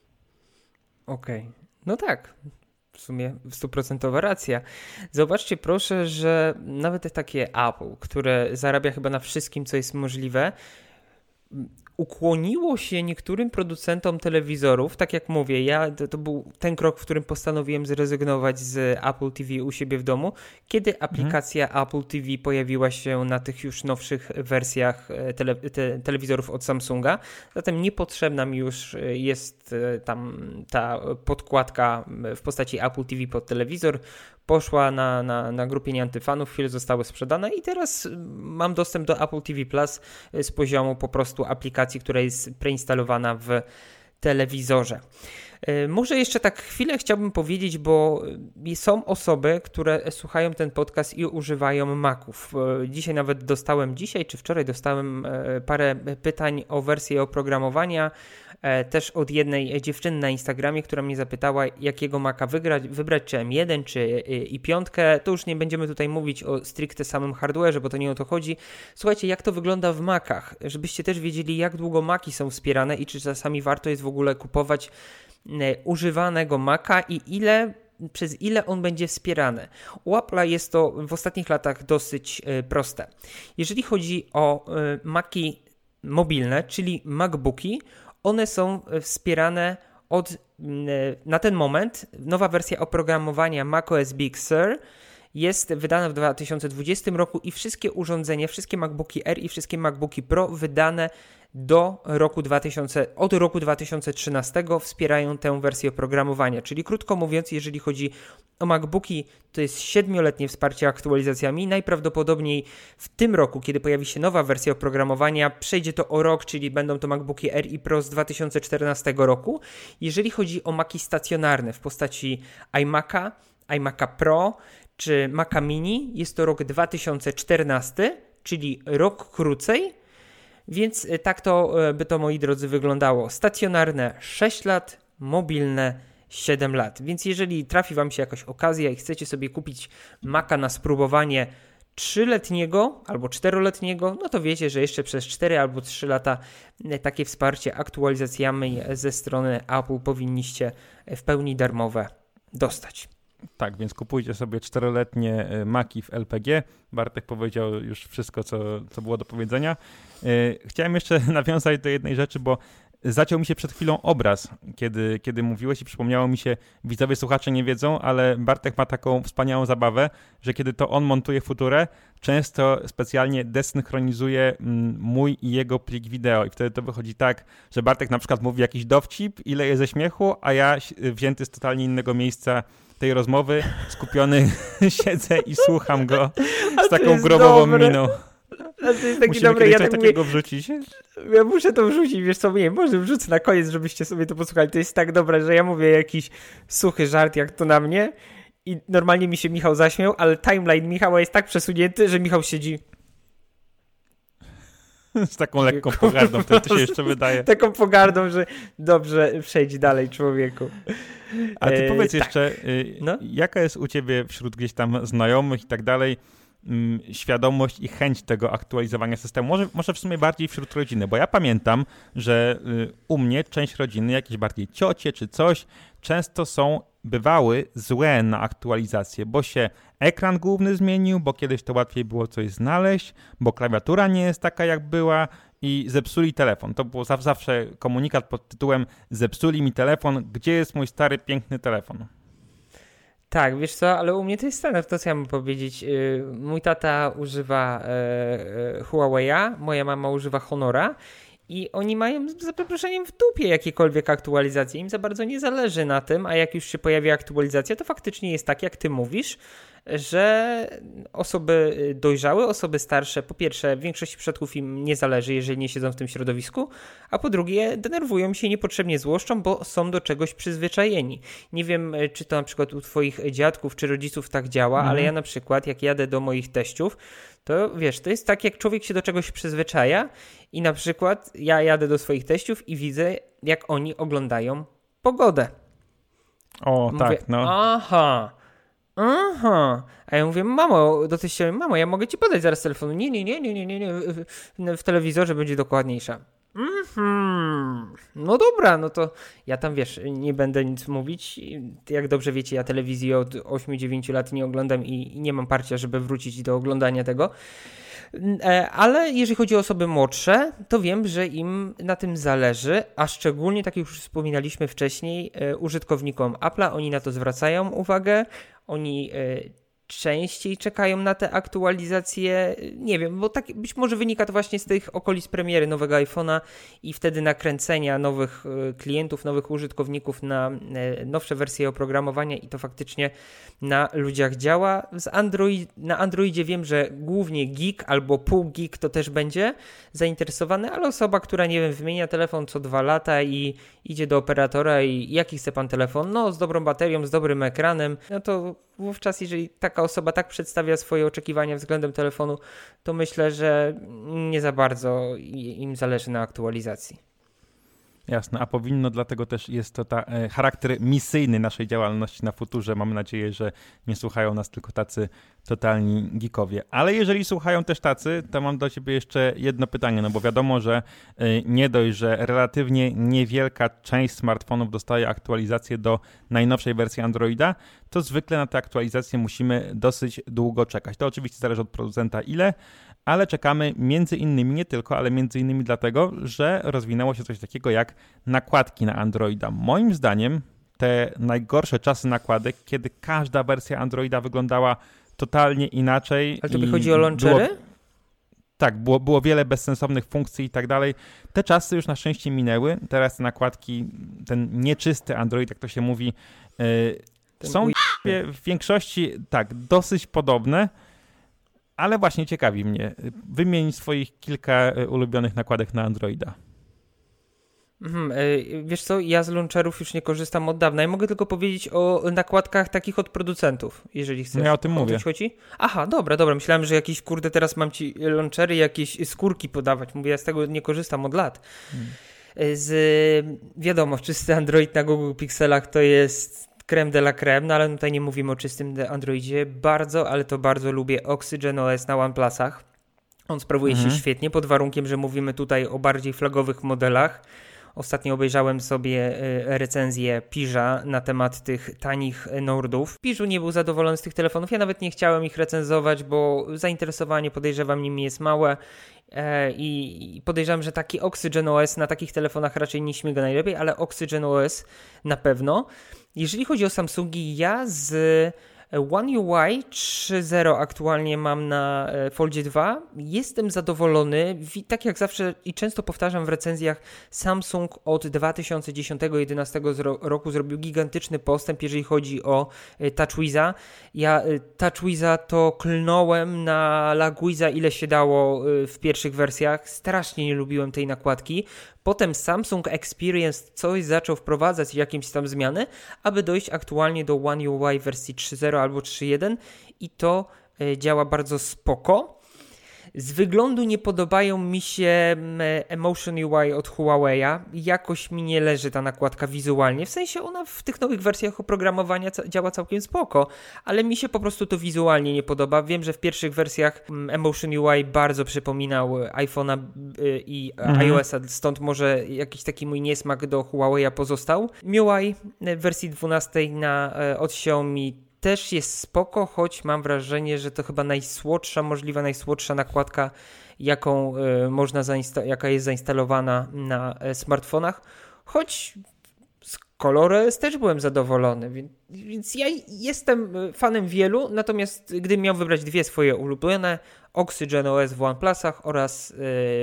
Okej. No tak, w sumie 100% racja. Zobaczcie proszę, że nawet takie Apple, które zarabia chyba na wszystkim, co jest możliwe, ukłoniło się niektórym producentom telewizorów, tak jak mówię, to był ten krok, w którym postanowiłem zrezygnować z Apple TV u siebie w domu, kiedy aplikacja Apple TV pojawiła się na tych już nowszych wersjach telewizorów od Samsunga, zatem niepotrzebna mi już jest tam ta podkładka w postaci Apple TV pod telewizor, poszła na grupienie antyfanów, chwilę zostały sprzedane i teraz mam dostęp do Apple TV Plus z poziomu po prostu aplikacji, która jest preinstalowana w telewizorze. Może jeszcze tak chwilę chciałbym powiedzieć, bo są osoby, które słuchają ten podcast i używają Maców. Dzisiaj nawet czy wczoraj dostałem parę pytań o wersję oprogramowania, też od jednej dziewczyny na Instagramie, która mnie zapytała, jakiego Maca wybrać, czy M1, czy i5. To już nie będziemy tutaj mówić o stricte samym hardware'ze, bo to nie o to chodzi. Słuchajcie, jak to wygląda w Macach, żebyście też wiedzieli, jak długo Maci są wspierane i czy czasami warto jest w ogóle kupować używanego Maca i przez ile on będzie wspierany. U Apple'a jest to w ostatnich latach dosyć proste. Jeżeli chodzi o Maci mobilne, czyli MacBooki, one są wspierane na ten moment. Nowa wersja oprogramowania macOS Big Sur jest wydana w 2020 roku i wszystkie urządzenia, wszystkie MacBooki Air i wszystkie MacBooki Pro wydane od roku 2013 wspierają tę wersję oprogramowania. Czyli krótko mówiąc, jeżeli chodzi o MacBooki, to jest 7-letnie wsparcie aktualizacjami. Najprawdopodobniej w tym roku, kiedy pojawi się nowa wersja oprogramowania, przejdzie to o rok, czyli będą to MacBooki Air i Pro z 2014 roku. Jeżeli chodzi o Maci stacjonarne w postaci iMaca Pro czy Maca Mini, jest to rok 2014, czyli rok krócej. Więc tak to by to, moi drodzy, wyglądało. Stacjonarne 6 lat, mobilne 7 lat. Więc jeżeli trafi wam się jakaś okazja i chcecie sobie kupić Maca na spróbowanie 3-letniego albo 4-letniego, no to wiecie, że jeszcze przez 4 albo 3 lata takie wsparcie aktualizacjami ze strony Apple powinniście w pełni darmowe dostać. Tak, więc kupujcie sobie 4-letnie Maci w LPG. Bartek powiedział już wszystko, co było do powiedzenia. Chciałem jeszcze nawiązać do jednej rzeczy, bo zaciął mi się przed chwilą obraz, kiedy mówiłeś i przypomniało mi się, widzowie, słuchacze nie wiedzą, ale Bartek ma taką wspaniałą zabawę, że kiedy to on montuje Futurę, często specjalnie desynchronizuje mój i jego plik wideo i wtedy to wychodzi tak, że Bartek na przykład mówi jakiś dowcip i leje ze śmiechu, a ja wzięty z totalnie innego miejsca tej rozmowy, skupiony siedzę i słucham go z taką grobową miną. A to jest taki dobry, ja tak takiego wrzucić? Ja muszę to wrzucić, wiesz co, nie, może wrzucę na koniec, żebyście sobie to posłuchali. To jest tak dobre, że ja mówię jakiś suchy żart jak to na mnie i normalnie mi się Michał zaśmiał, ale timeline Michała jest tak przesunięty, że Michał siedzi z taką lekką pogardą, wtedy to się jeszcze wydaje. Taką pogardą, że dobrze, przejdź dalej, człowieku. A ty powiedz jeszcze, jaka jest u ciebie wśród gdzieś tam znajomych i tak dalej świadomość i chęć tego aktualizowania systemu? Może w sumie bardziej wśród rodziny, bo ja pamiętam, że u mnie część rodziny, jakieś bardziej ciocie czy coś, często bywały złe na aktualizację, bo się ekran główny zmienił, bo kiedyś to łatwiej było coś znaleźć, bo klawiatura nie jest taka jak była i zepsuli telefon. To był zawsze komunikat pod tytułem: zepsuli mi telefon, gdzie jest mój stary, piękny telefon? Tak, wiesz co, ale u mnie to jest standard, to co ja mam powiedzieć. Mój tata używa Huawei'a, moja mama używa Honora i oni mają za przeproszeniem w dupie jakiekolwiek aktualizacje. Im za bardzo nie zależy na tym, a jak już się pojawia aktualizacja, to faktycznie jest tak, jak ty mówisz, że osoby dojrzałe, osoby starsze, po pierwsze w większości przypadków im nie zależy, jeżeli nie siedzą w tym środowisku, a po drugie denerwują się, niepotrzebnie złoszczą, bo są do czegoś przyzwyczajeni. Nie wiem, czy to na przykład u twoich dziadków czy rodziców tak działa, ale ja na przykład jak jadę do moich teściów, to wiesz, to jest tak, jak człowiek się do czegoś przyzwyczaja i na przykład ja jadę do swoich teściów i widzę, jak oni oglądają pogodę. O, mówię, tak, no. Aha. A ja mówię, mamo, do teściowej, mamo, ja mogę ci podać zaraz telefonu. Nie. W telewizorze będzie dokładniejsza. No dobra, no to ja tam, wiesz, nie będę nic mówić. Jak dobrze wiecie, ja telewizji od 8-9 lat nie oglądam i nie mam parcia, żeby wrócić do oglądania tego. Ale jeżeli chodzi o osoby młodsze, to wiem, że im na tym zależy, a szczególnie, tak jak już wspominaliśmy wcześniej, użytkownikom Apple'a, oni na to zwracają uwagę, oni częściej czekają na te aktualizacje, nie wiem, bo tak być może wynika to właśnie z tych okolic premiery nowego iPhone'a i wtedy nakręcenia nowych klientów, nowych użytkowników na nowsze wersje oprogramowania i to faktycznie na ludziach działa. Na Androidzie wiem, że głównie geek albo pół geek to też będzie zainteresowany, ale osoba, która, nie wiem, wymienia telefon co 2 lata i idzie do operatora i jaki chce pan telefon? No, z dobrą baterią, z dobrym ekranem, no to wówczas, jeżeli taka osoba tak przedstawia swoje oczekiwania względem telefonu, to myślę, że nie za bardzo im zależy na aktualizacji. Jasne, a powinno, dlatego też jest to charakter misyjny naszej działalności na futurze. Mamy nadzieję, że nie słuchają nas tylko tacy totalni geekowie. Ale jeżeli słuchają też tacy, to mam do ciebie jeszcze jedno pytanie, no bo wiadomo, że nie dość, że relatywnie niewielka część smartfonów dostaje aktualizację do najnowszej wersji Androida, to zwykle na te aktualizacje musimy dosyć długo czekać. To oczywiście zależy od producenta ile, ale czekamy między innymi, nie tylko, ale między innymi dlatego, że rozwinęło się coś takiego jak nakładki na Androida. Moim zdaniem te najgorsze czasy nakładek, kiedy każda wersja Androida wyglądała totalnie inaczej. Ale to chodzi o launchery? Tak, było wiele bezsensownych funkcji i tak dalej. Te czasy już na szczęście minęły. Teraz te nakładki, ten nieczysty Android, jak to się mówi, są w większości tak, dosyć podobne. Ale właśnie ciekawi mnie. Wymień swoich kilka ulubionych nakładek na Androida. Wiesz co, ja z launcherów już nie korzystam od dawna. Ja mogę tylko powiedzieć o nakładkach takich od producentów, jeżeli chcesz. No ja o tym mówię. Chodzi? Aha, dobra. Myślałem, że jakieś, teraz mam ci launchery, jakieś skórki podawać. Mówię, ja z tego nie korzystam od lat. Wiadomo, czysty Android na Google Pixelach to jest creme de la creme, no ale tutaj nie mówimy o czystym Androidzie. Bardzo lubię Oxygen OS na OnePlusach. On sprawuje się świetnie, pod warunkiem, że mówimy tutaj o bardziej flagowych modelach. Ostatnio obejrzałem sobie recenzję Piża na temat tych tanich Nordów. Piżu nie był zadowolony z tych telefonów. Ja nawet nie chciałem ich recenzować, bo zainteresowanie, podejrzewam, nimi jest małe i podejrzewam, że taki Oxygen OS na takich telefonach raczej nie śmiga najlepiej, ale Oxygen OS na pewno. Jeżeli chodzi o Samsungi, ja z One UI 3.0 aktualnie mam na Foldzie 2. Jestem zadowolony. Tak jak zawsze i często powtarzam w recenzjach, Samsung od 2010-2011 roku zrobił gigantyczny postęp, jeżeli chodzi o TouchWiza. Ja TouchWiza to klnąłem na Laguiza ile się dało w pierwszych wersjach. Strasznie nie lubiłem tej nakładki. Potem Samsung Experience coś zaczął wprowadzać, jakieś tam zmiany, aby dojść aktualnie do One UI wersji 3.0 albo 3.1 i to działa bardzo spoko. Z wyglądu nie podobają mi się Emotion UI od Huawei'a. Jakoś mi nie leży ta nakładka wizualnie. W sensie ona w tych nowych wersjach oprogramowania działa całkiem spoko, ale mi się po prostu to wizualnie nie podoba. Wiem, że w pierwszych wersjach Emotion UI bardzo przypominał iPhone'a i iOS-a, stąd może jakiś taki mój niesmak do Huawei'a pozostał. MIUI w wersji 12 od Xiaomi też jest spoko, choć mam wrażenie, że to chyba najsłodsza nakładka, jaką jaka jest zainstalowana na smartfonach, choć z ColorOS też byłem zadowolony, więc ja jestem fanem wielu, natomiast gdybym miał wybrać dwie swoje ulubione, Oxygen OS w OnePlusach oraz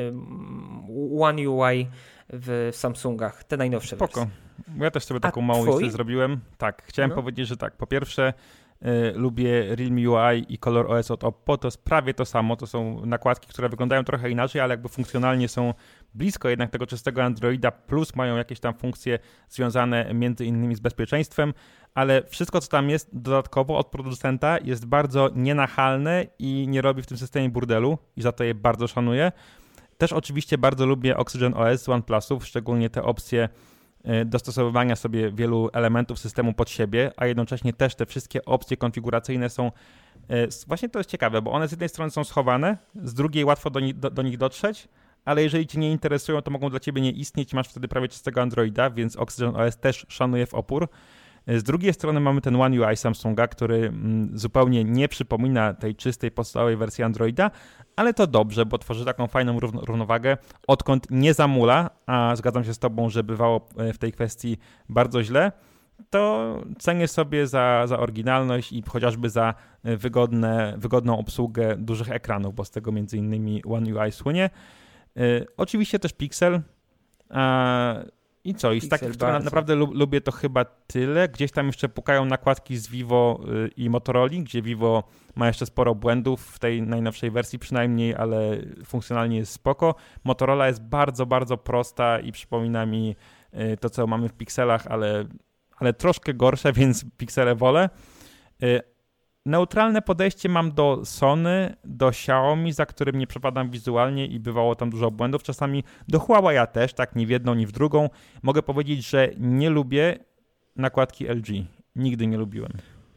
One UI w Samsungach, te najnowsze wersje. Ja też sobie taką małą listę zrobiłem. Tak, chciałem powiedzieć, że tak, po pierwsze lubię Realme UI i ColorOS od Oppo, to jest prawie to samo, to są nakładki, które wyglądają trochę inaczej, ale jakby funkcjonalnie są blisko jednak tego czystego Androida, plus mają jakieś tam funkcje związane między innymi z bezpieczeństwem, ale wszystko, co tam jest dodatkowo od producenta jest bardzo nienachalne i nie robi w tym systemie burdelu i za to je bardzo szanuję. Też oczywiście bardzo lubię Oxygen OS z OnePlusów, szczególnie te opcje dostosowywania sobie wielu elementów systemu pod siebie, a jednocześnie też te wszystkie opcje konfiguracyjne są, właśnie to jest ciekawe, bo one z jednej strony są schowane, z drugiej łatwo do nich dotrzeć, ale jeżeli cię nie interesują, to mogą dla ciebie nie istnieć, masz wtedy prawie czystego Androida, więc Oxygen OS też szanuje w opór. Z drugiej strony mamy ten One UI Samsunga, który zupełnie nie przypomina tej czystej, podstawowej wersji Androida, ale to dobrze, bo tworzy taką fajną równowagę, odkąd nie zamula, a zgadzam się z tobą, że bywało w tej kwestii bardzo źle, to cenię sobie za oryginalność i chociażby za wygodną obsługę dużych ekranów, bo z tego między innymi One UI słynie. Oczywiście też Pixel. I co? I z takich, które naprawdę lubię, to chyba tyle. Gdzieś tam jeszcze pukają nakładki z Vivo i Motorola, gdzie Vivo ma jeszcze sporo błędów w tej najnowszej wersji przynajmniej, ale funkcjonalnie jest spoko. Motorola jest bardzo, bardzo prosta i przypomina mi to, co mamy w Pixelach, ale troszkę gorsze, więc Pixele wolę. Neutralne podejście mam do Sony, do Xiaomi, za którym nie przepadam wizualnie i bywało tam dużo błędów. Czasami do Huawei też, tak, ni w jedną, ni w drugą. Mogę powiedzieć, że nie lubię nakładki LG. Nigdy nie lubiłem.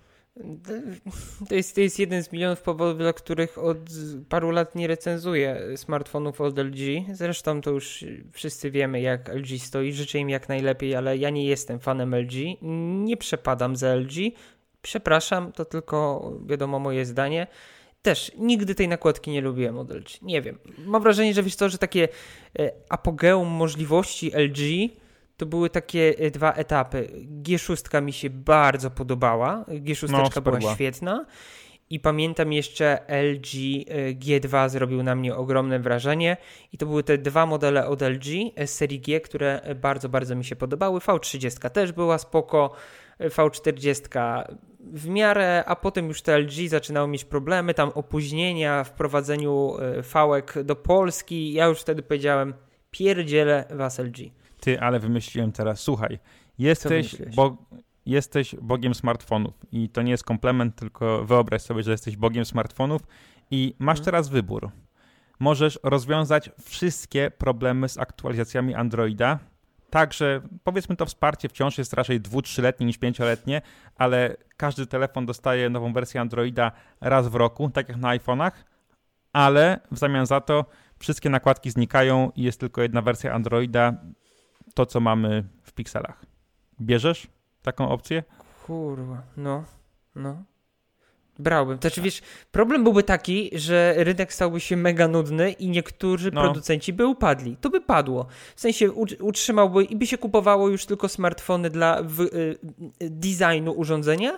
To jest jeden z milionów powodów, dla których od paru lat nie recenzuję smartfonów od LG. Zresztą to już wszyscy wiemy, jak LG stoi. Życzę im jak najlepiej, ale ja nie jestem fanem LG. Nie przepadam za LG. Przepraszam, to tylko wiadomo moje zdanie. Też nigdy tej nakładki nie lubiłem od LG. Nie wiem. Mam wrażenie, że wiesz co, że takie apogeum możliwości LG to były takie dwa etapy. G6 mi się bardzo podobała. G6 była świetna. I pamiętam jeszcze LG G2 zrobił na mnie ogromne wrażenie. I to były te dwa modele od LG z serii G, które bardzo, bardzo mi się podobały. V30 też była spoko. V40 w miarę, a potem już te LG zaczynało mieć problemy, tam opóźnienia w wprowadzeniu fałek do Polski. Ja już wtedy powiedziałem, pierdzielę was LG. Ty, ale wymyśliłem teraz, słuchaj, jesteś bogiem smartfonów i to nie jest komplement, tylko wyobraź sobie, że jesteś bogiem smartfonów i masz teraz wybór. Możesz rozwiązać wszystkie problemy z aktualizacjami Androida. Także powiedzmy to wsparcie wciąż jest raczej 2-3-letnie niż 5-letnie, ale każdy telefon dostaje nową wersję Androida raz w roku, tak jak na iPhone'ach, ale w zamian za to wszystkie nakładki znikają i jest tylko jedna wersja Androida, to co mamy w Pixelach. Bierzesz taką opcję? Kurwa, no. Brałbym. Znaczy wiesz, problem byłby taki, że rynek stałby się mega nudny i niektórzy producenci by upadli. To by padło. W sensie utrzymałby i by się kupowało już tylko smartfony dla designu urządzenia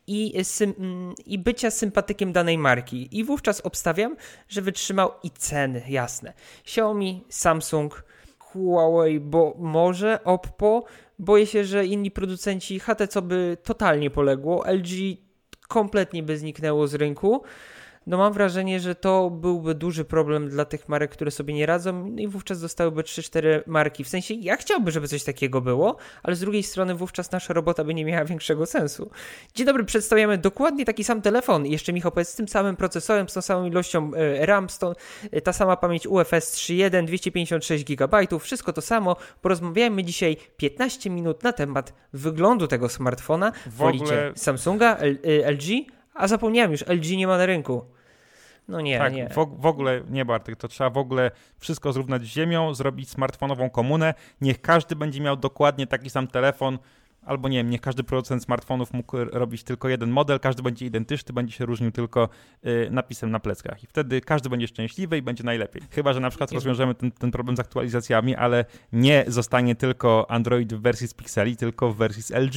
i bycia sympatykiem danej marki. I wówczas obstawiam, że wytrzymał i ceny, jasne. Xiaomi, Samsung, Huawei, bo może Oppo. Boję się, że inni producenci HTC by totalnie poległo. LG kompletnie by zniknęło z rynku. No mam wrażenie, że to byłby duży problem dla tych marek, które sobie nie radzą i wówczas zostałyby 3-4 marki. W sensie ja chciałbym, żeby coś takiego było, ale z drugiej strony wówczas nasza robota by nie miała większego sensu. Dzień dobry, przedstawiamy dokładnie taki sam telefon. Jeszcze Michał powiedz, z tym samym procesorem, z tą samą ilością RAM, ta sama pamięć UFS 3.1, 256 GB, wszystko to samo. Porozmawiajmy dzisiaj 15 minut na temat wyglądu tego smartfona. Wolicie Samsunga, LG? A zapomniałem już, LG nie ma na rynku. No nie, tak, nie. W ogóle nie, Bartek, to trzeba w ogóle wszystko zrównać z ziemią, zrobić smartfonową komunę. Niech każdy będzie miał dokładnie taki sam telefon, albo nie wiem, niech każdy producent smartfonów mógł robić tylko jeden model, każdy będzie identyczny, będzie się różnił tylko napisem na pleckach. I wtedy każdy będzie szczęśliwy i będzie najlepiej. Chyba że na przykład rozwiążemy ten problem z aktualizacjami, ale nie zostanie tylko Android w wersji z Pixeli, tylko w wersji z LG.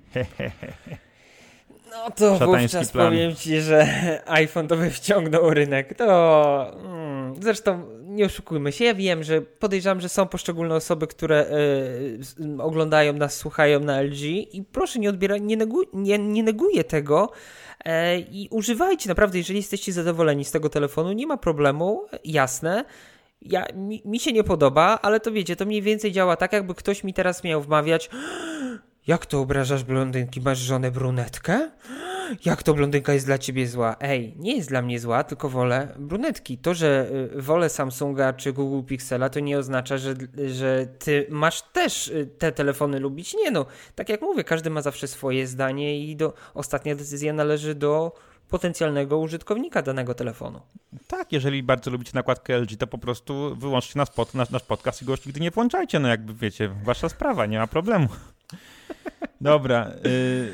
No to wówczas powiem ci, że iPhone to by wciągnął rynek. To zresztą nie oszukujmy się. Ja wiem, że podejrzewam, że są poszczególne osoby, które oglądają nas, słuchają na LG i proszę nie odbierać, nie neguję tego i używajcie naprawdę, jeżeli jesteście zadowoleni z tego telefonu, nie ma problemu, jasne. Mi się nie podoba, ale to wiecie, to mniej więcej działa tak, jakby ktoś mi teraz miał wmawiać: jak to obrażasz blondynki? Masz żonę brunetkę? Jak to blondynka jest dla ciebie zła? Ej, nie jest dla mnie zła, tylko wolę brunetki. To, że wolę Samsunga czy Google Pixela, to nie oznacza, że ty masz też te telefony lubić. Nie no, tak jak mówię, każdy ma zawsze swoje zdanie i ostatnia decyzja należy do potencjalnego użytkownika danego telefonu. Tak, jeżeli bardzo lubicie nakładkę LG, to po prostu wyłączcie nasz podcast i go już nigdy nie włączajcie. No jakby wiecie, wasza sprawa, nie ma problemu. Dobra,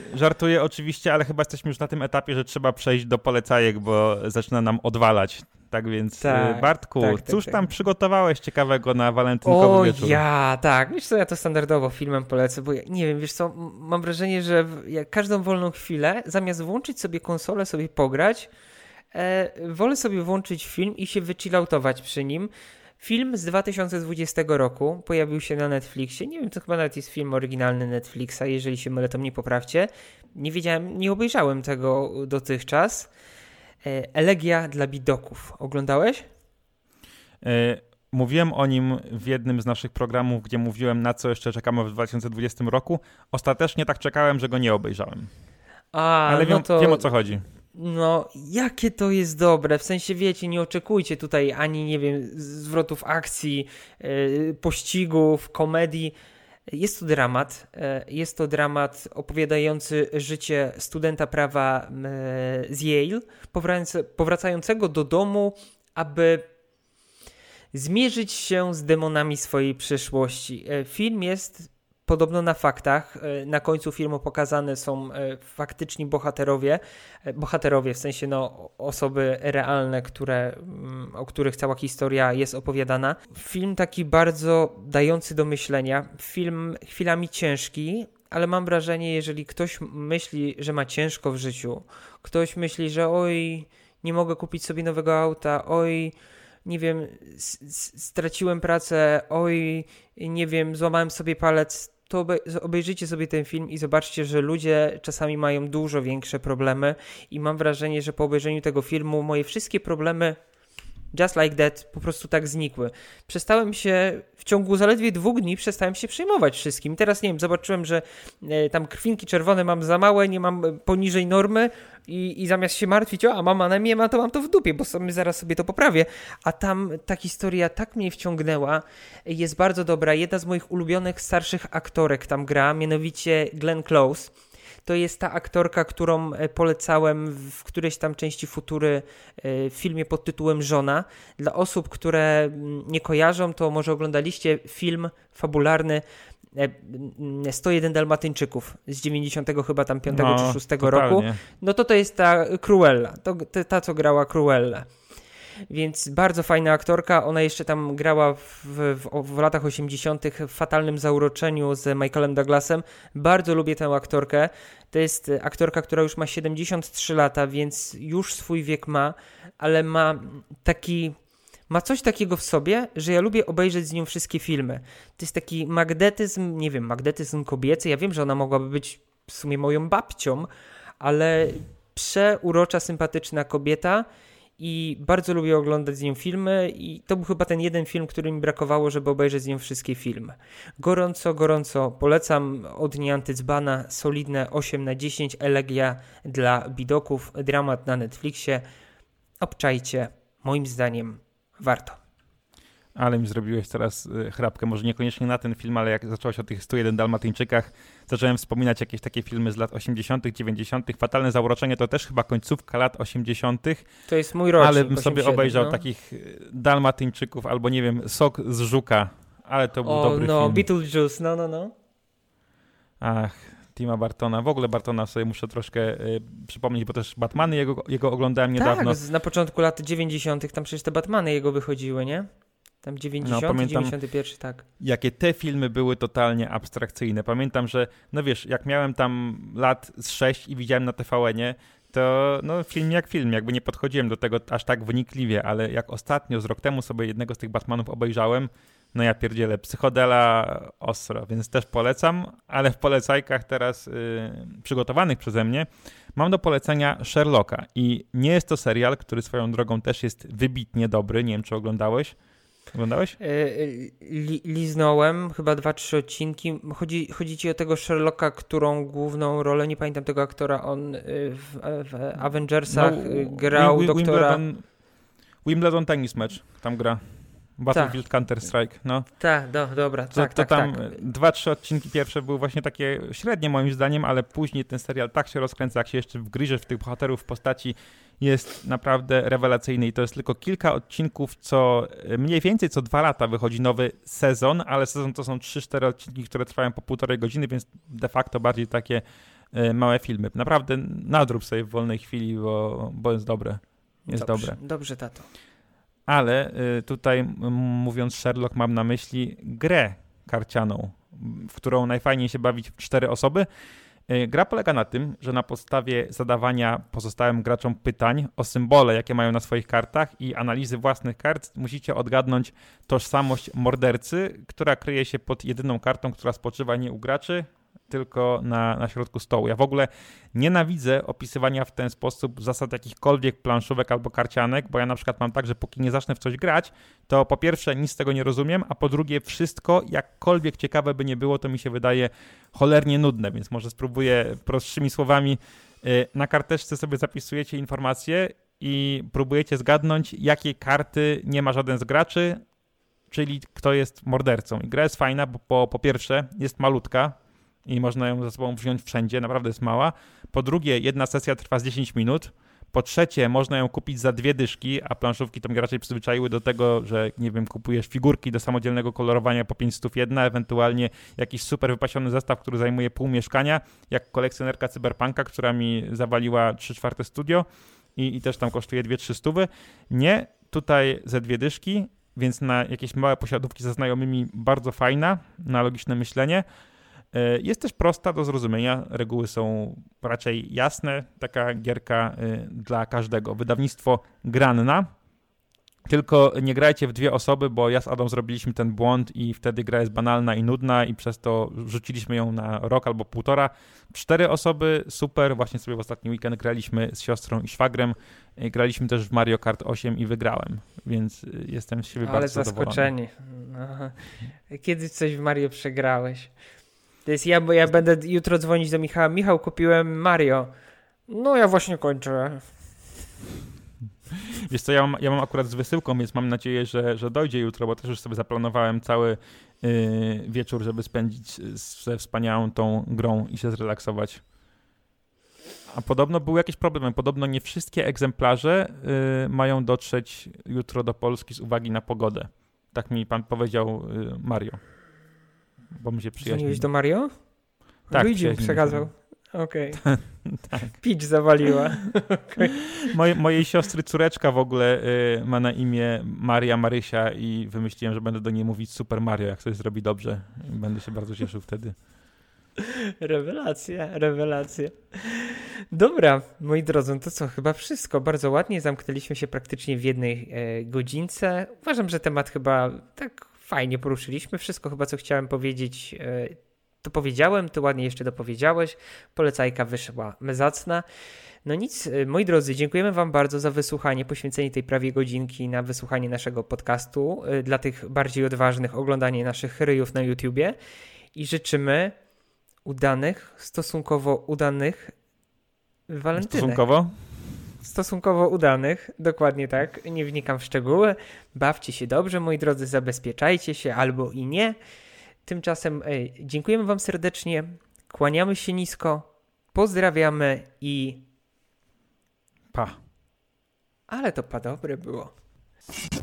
żartuję oczywiście, ale chyba jesteśmy już na tym etapie, że trzeba przejść do polecajek, bo zaczyna nam odwalać Tak więc Bartku, cóż tam przygotowałeś ciekawego na walentynkowy wieczór? Wiesz co, ja to standardowo filmem polecę, bo ja nie wiem, wiesz co, mam wrażenie, że każdą wolną chwilę, zamiast włączyć sobie konsolę, sobie pograć, wolę sobie włączyć film i się wychilloutować przy nim. Film z 2020 roku pojawił się na Netflixie. Nie wiem, to chyba nawet jest film oryginalny Netflixa, jeżeli się mylę, to mnie poprawcie. Nie obejrzałem tego dotychczas. Elegia dla bidoków. Oglądałeś? Mówiłem o nim w jednym z naszych programów, gdzie mówiłem, na co jeszcze czekamy w 2020 roku. Ostatecznie tak czekałem, że go nie obejrzałem. Ale wiem, o co chodzi. No, jakie to jest dobre, w sensie wiecie, nie oczekujcie tutaj ani, nie wiem, zwrotów akcji, pościgów, komedii. Jest to dramat opowiadający życie studenta prawa z Yale, powracającego do domu, aby zmierzyć się z demonami swojej przeszłości. Film jest podobno na faktach. Na końcu filmu pokazane są faktyczni bohaterowie, w sensie osoby realne, o których cała historia jest opowiadana. Film taki bardzo dający do myślenia. Film chwilami ciężki, ale mam wrażenie, jeżeli ktoś myśli, że ma ciężko w życiu, ktoś myśli, że oj, nie mogę kupić sobie nowego auta, oj, nie wiem, straciłem pracę, oj, nie wiem, złamałem sobie palec, to obejrzyjcie sobie ten film i zobaczcie, że ludzie czasami mają dużo większe problemy i mam wrażenie, że po obejrzeniu tego filmu moje wszystkie problemy just like that po prostu tak znikły. W ciągu zaledwie 2 dni przestałem się przejmować wszystkim. Teraz nie wiem, zobaczyłem, że tam krwinki czerwone mam za małe, nie mam poniżej normy i zamiast się martwić, a mam anemię, to mam to w dupie, bo zaraz sobie to poprawię. A tam ta historia tak mnie wciągnęła, jest bardzo dobra. Jedna z moich ulubionych starszych aktorek tam gra, mianowicie Glenn Close. To jest ta aktorka, którą polecałem w którejś tam części Futury w filmie pod tytułem Żona. Dla osób, które nie kojarzą, to może oglądaliście film fabularny 101 Dalmatyńczyków z 90 chyba tam 5 czy 6 roku. No to jest ta Cruella, ta co grała Cruella. Więc bardzo fajna aktorka, ona jeszcze tam grała w latach 80. w Fatalnym Zauroczeniu z Michaelem Douglasem. Bardzo lubię tę aktorkę. To jest aktorka, która już ma 73 lata, więc już swój wiek ma, ale ma coś takiego w sobie, że ja lubię obejrzeć z nią wszystkie filmy. To jest taki magnetyzm kobiecy. Ja wiem, że ona mogłaby być w sumie moją babcią, ale przeurocza, sympatyczna kobieta. I bardzo lubię oglądać z nią filmy i to był chyba ten jeden film, który mi brakowało, żeby obejrzeć z nią wszystkie filmy. Gorąco polecam od Nieantydzbana, solidne 8/10, elegia dla bidoków, dramat na Netflixie. Obczajcie, moim zdaniem warto. Ale mi zrobiłeś teraz chrapkę, może niekoniecznie na ten film, ale jak zacząłeś o tych 101 Dalmatyńczykach, zacząłem wspominać jakieś takie filmy z lat 80., 90. Fatalne Zauroczenie to też chyba końcówka lat 80. To jest mój rocznik. Ale bym sobie obejrzał takich Dalmatyńczyków albo nie wiem, Sok z Żuka, ale to był dobry film. Beetlejuice, no. Ach, Tima Bartona. W ogóle Bartona sobie muszę troszkę przypomnieć, bo też Batmany jego oglądałem niedawno. Tak, na początku lat 90. tam przecież te Batmany jego wychodziły, nie? Tam 90, pamiętam, 91, tak. Jakie te filmy były totalnie abstrakcyjne. Pamiętam, że jak miałem tam lat z 6 i widziałem na TVN-ie, to film jak film, jakby nie podchodziłem do tego aż tak wnikliwie, ale jak ostatnio, z rok temu sobie jednego z tych Batmanów obejrzałem, ja pierdzielę, psychodela ostro, więc też polecam, ale w polecajkach teraz przygotowanych przeze mnie mam do polecenia Sherlocka i nie jest to serial, który swoją drogą też jest wybitnie dobry, nie wiem czy oglądałeś? Oglądałeś? Liznąłem chyba 2-3 odcinki. Chodzi ci o tego Sherlocka, którą główną rolę, nie pamiętam tego aktora, on w Avengersach grał doktora... Wimbledon Tennis Match tam gra. Battlefield Counter-Strike, Tak, dobra. Tak. 2-3 odcinki pierwsze były właśnie takie średnie moim zdaniem, ale później ten serial tak się rozkręca, jak się jeszcze wgryziesz w tych bohaterów w postaci, jest naprawdę rewelacyjny i to jest tylko kilka odcinków, mniej więcej co 2 lata wychodzi nowy sezon, ale sezon to są 3-4 odcinki, które trwają po 1,5 godziny, więc de facto bardziej takie małe filmy. Naprawdę nadrób sobie w wolnej chwili, bo jest dobre. Jest dobre. Dobrze, tato. ale tutaj mówiąc Sherlock mam na myśli grę karcianą, w którą najfajniej się bawić w 4 osoby. Gra polega na tym, że na podstawie zadawania pozostałym graczom pytań o symbole, jakie mają na swoich kartach i analizy własnych kart, musicie odgadnąć tożsamość mordercy, która kryje się pod jedyną kartą, która spoczywa nie u graczy, tylko na środku stołu. Ja w ogóle nienawidzę opisywania w ten sposób zasad jakichkolwiek planszówek albo karcianek, bo ja na przykład mam tak, że póki nie zacznę w coś grać, to po pierwsze nic z tego nie rozumiem, a po drugie wszystko, jakkolwiek ciekawe by nie było, to mi się wydaje cholernie nudne, więc może spróbuję prostszymi słowami. Na karteczce sobie zapisujecie informacje i próbujecie zgadnąć, jakie karty nie ma żaden z graczy, czyli kto jest mordercą. I gra jest fajna, bo po pierwsze jest malutka, i można ją ze sobą wziąć wszędzie, naprawdę jest mała. Po drugie, jedna sesja trwa z 10 minut. Po trzecie, można ją kupić za 2 dyszki, a planszówki to mnie raczej przyzwyczaiły do tego, że nie wiem, kupujesz figurki do samodzielnego kolorowania po 501, ewentualnie jakiś super wypasiony zestaw, który zajmuje pół mieszkania, jak kolekcjonerka Cyberpunka, która mi zawaliła 3/4 studio i też tam kosztuje 2-3 stówy. Nie, tutaj ze 2 dyszki, więc na jakieś małe posiadówki ze znajomymi bardzo fajna, na logiczne myślenie. Jest też prosta do zrozumienia, reguły są raczej jasne, taka gierka dla każdego. Wydawnictwo Granna, tylko nie grajcie w 2 osoby, bo ja z Adą zrobiliśmy ten błąd i wtedy gra jest banalna i nudna i przez to rzuciliśmy ją na rok albo 1,5. 4 osoby, super, właśnie sobie w ostatni weekend graliśmy z siostrą i szwagrem, graliśmy też w Mario Kart 8 i wygrałem, więc jestem z siebie bardzo zadowolony. Ale zaskoczeni. Kiedy coś w Mario przegrałeś? To jest ja, bo ja będę jutro dzwonić do Michała. Michał, kupiłem Mario. No ja właśnie kończę. Wiesz co, ja mam akurat z wysyłką, więc mam nadzieję, że dojdzie jutro, bo też już sobie zaplanowałem cały wieczór, żeby spędzić ze wspaniałą tą grą i się zrelaksować. A podobno były jakieś problemy. Podobno nie wszystkie egzemplarze mają dotrzeć jutro do Polski z uwagi na pogodę. Tak mi pan powiedział Mario. Bo my się przyjaźnimy. Dzwoniłeś do Mario? Tak, Luigi mu przekazał. Okej. Tak. Pitch zawaliła. Okay. Mojej siostry córeczka w ogóle ma na imię Marysia i wymyśliłem, że będę do niej mówić Super Mario, jak coś zrobi dobrze. Będę się bardzo cieszył wtedy. Rewelacja. Dobra, moi drodzy, to co, chyba wszystko. Bardzo ładnie zamknęliśmy się praktycznie w jednej godzince. Uważam, że temat chyba tak fajnie poruszyliśmy. Wszystko chyba, co chciałem powiedzieć, to powiedziałem, ty ładnie jeszcze dopowiedziałeś. Polecajka wyszła zacna. No nic, moi drodzy, dziękujemy wam bardzo za wysłuchanie, poświęcenie tej prawie godzinki na wysłuchanie naszego podcastu. Dla tych bardziej odważnych stosunkowo naszych ryjów na YouTubie i życzymy stosunkowo udanych walentynek. Stosunkowo udanych, dokładnie tak, nie wnikam w szczegóły. Bawcie się dobrze, moi drodzy, zabezpieczajcie się albo i nie. Tymczasem dziękujemy wam serdecznie, kłaniamy się nisko, pozdrawiamy i... Pa. Ale to dobre było.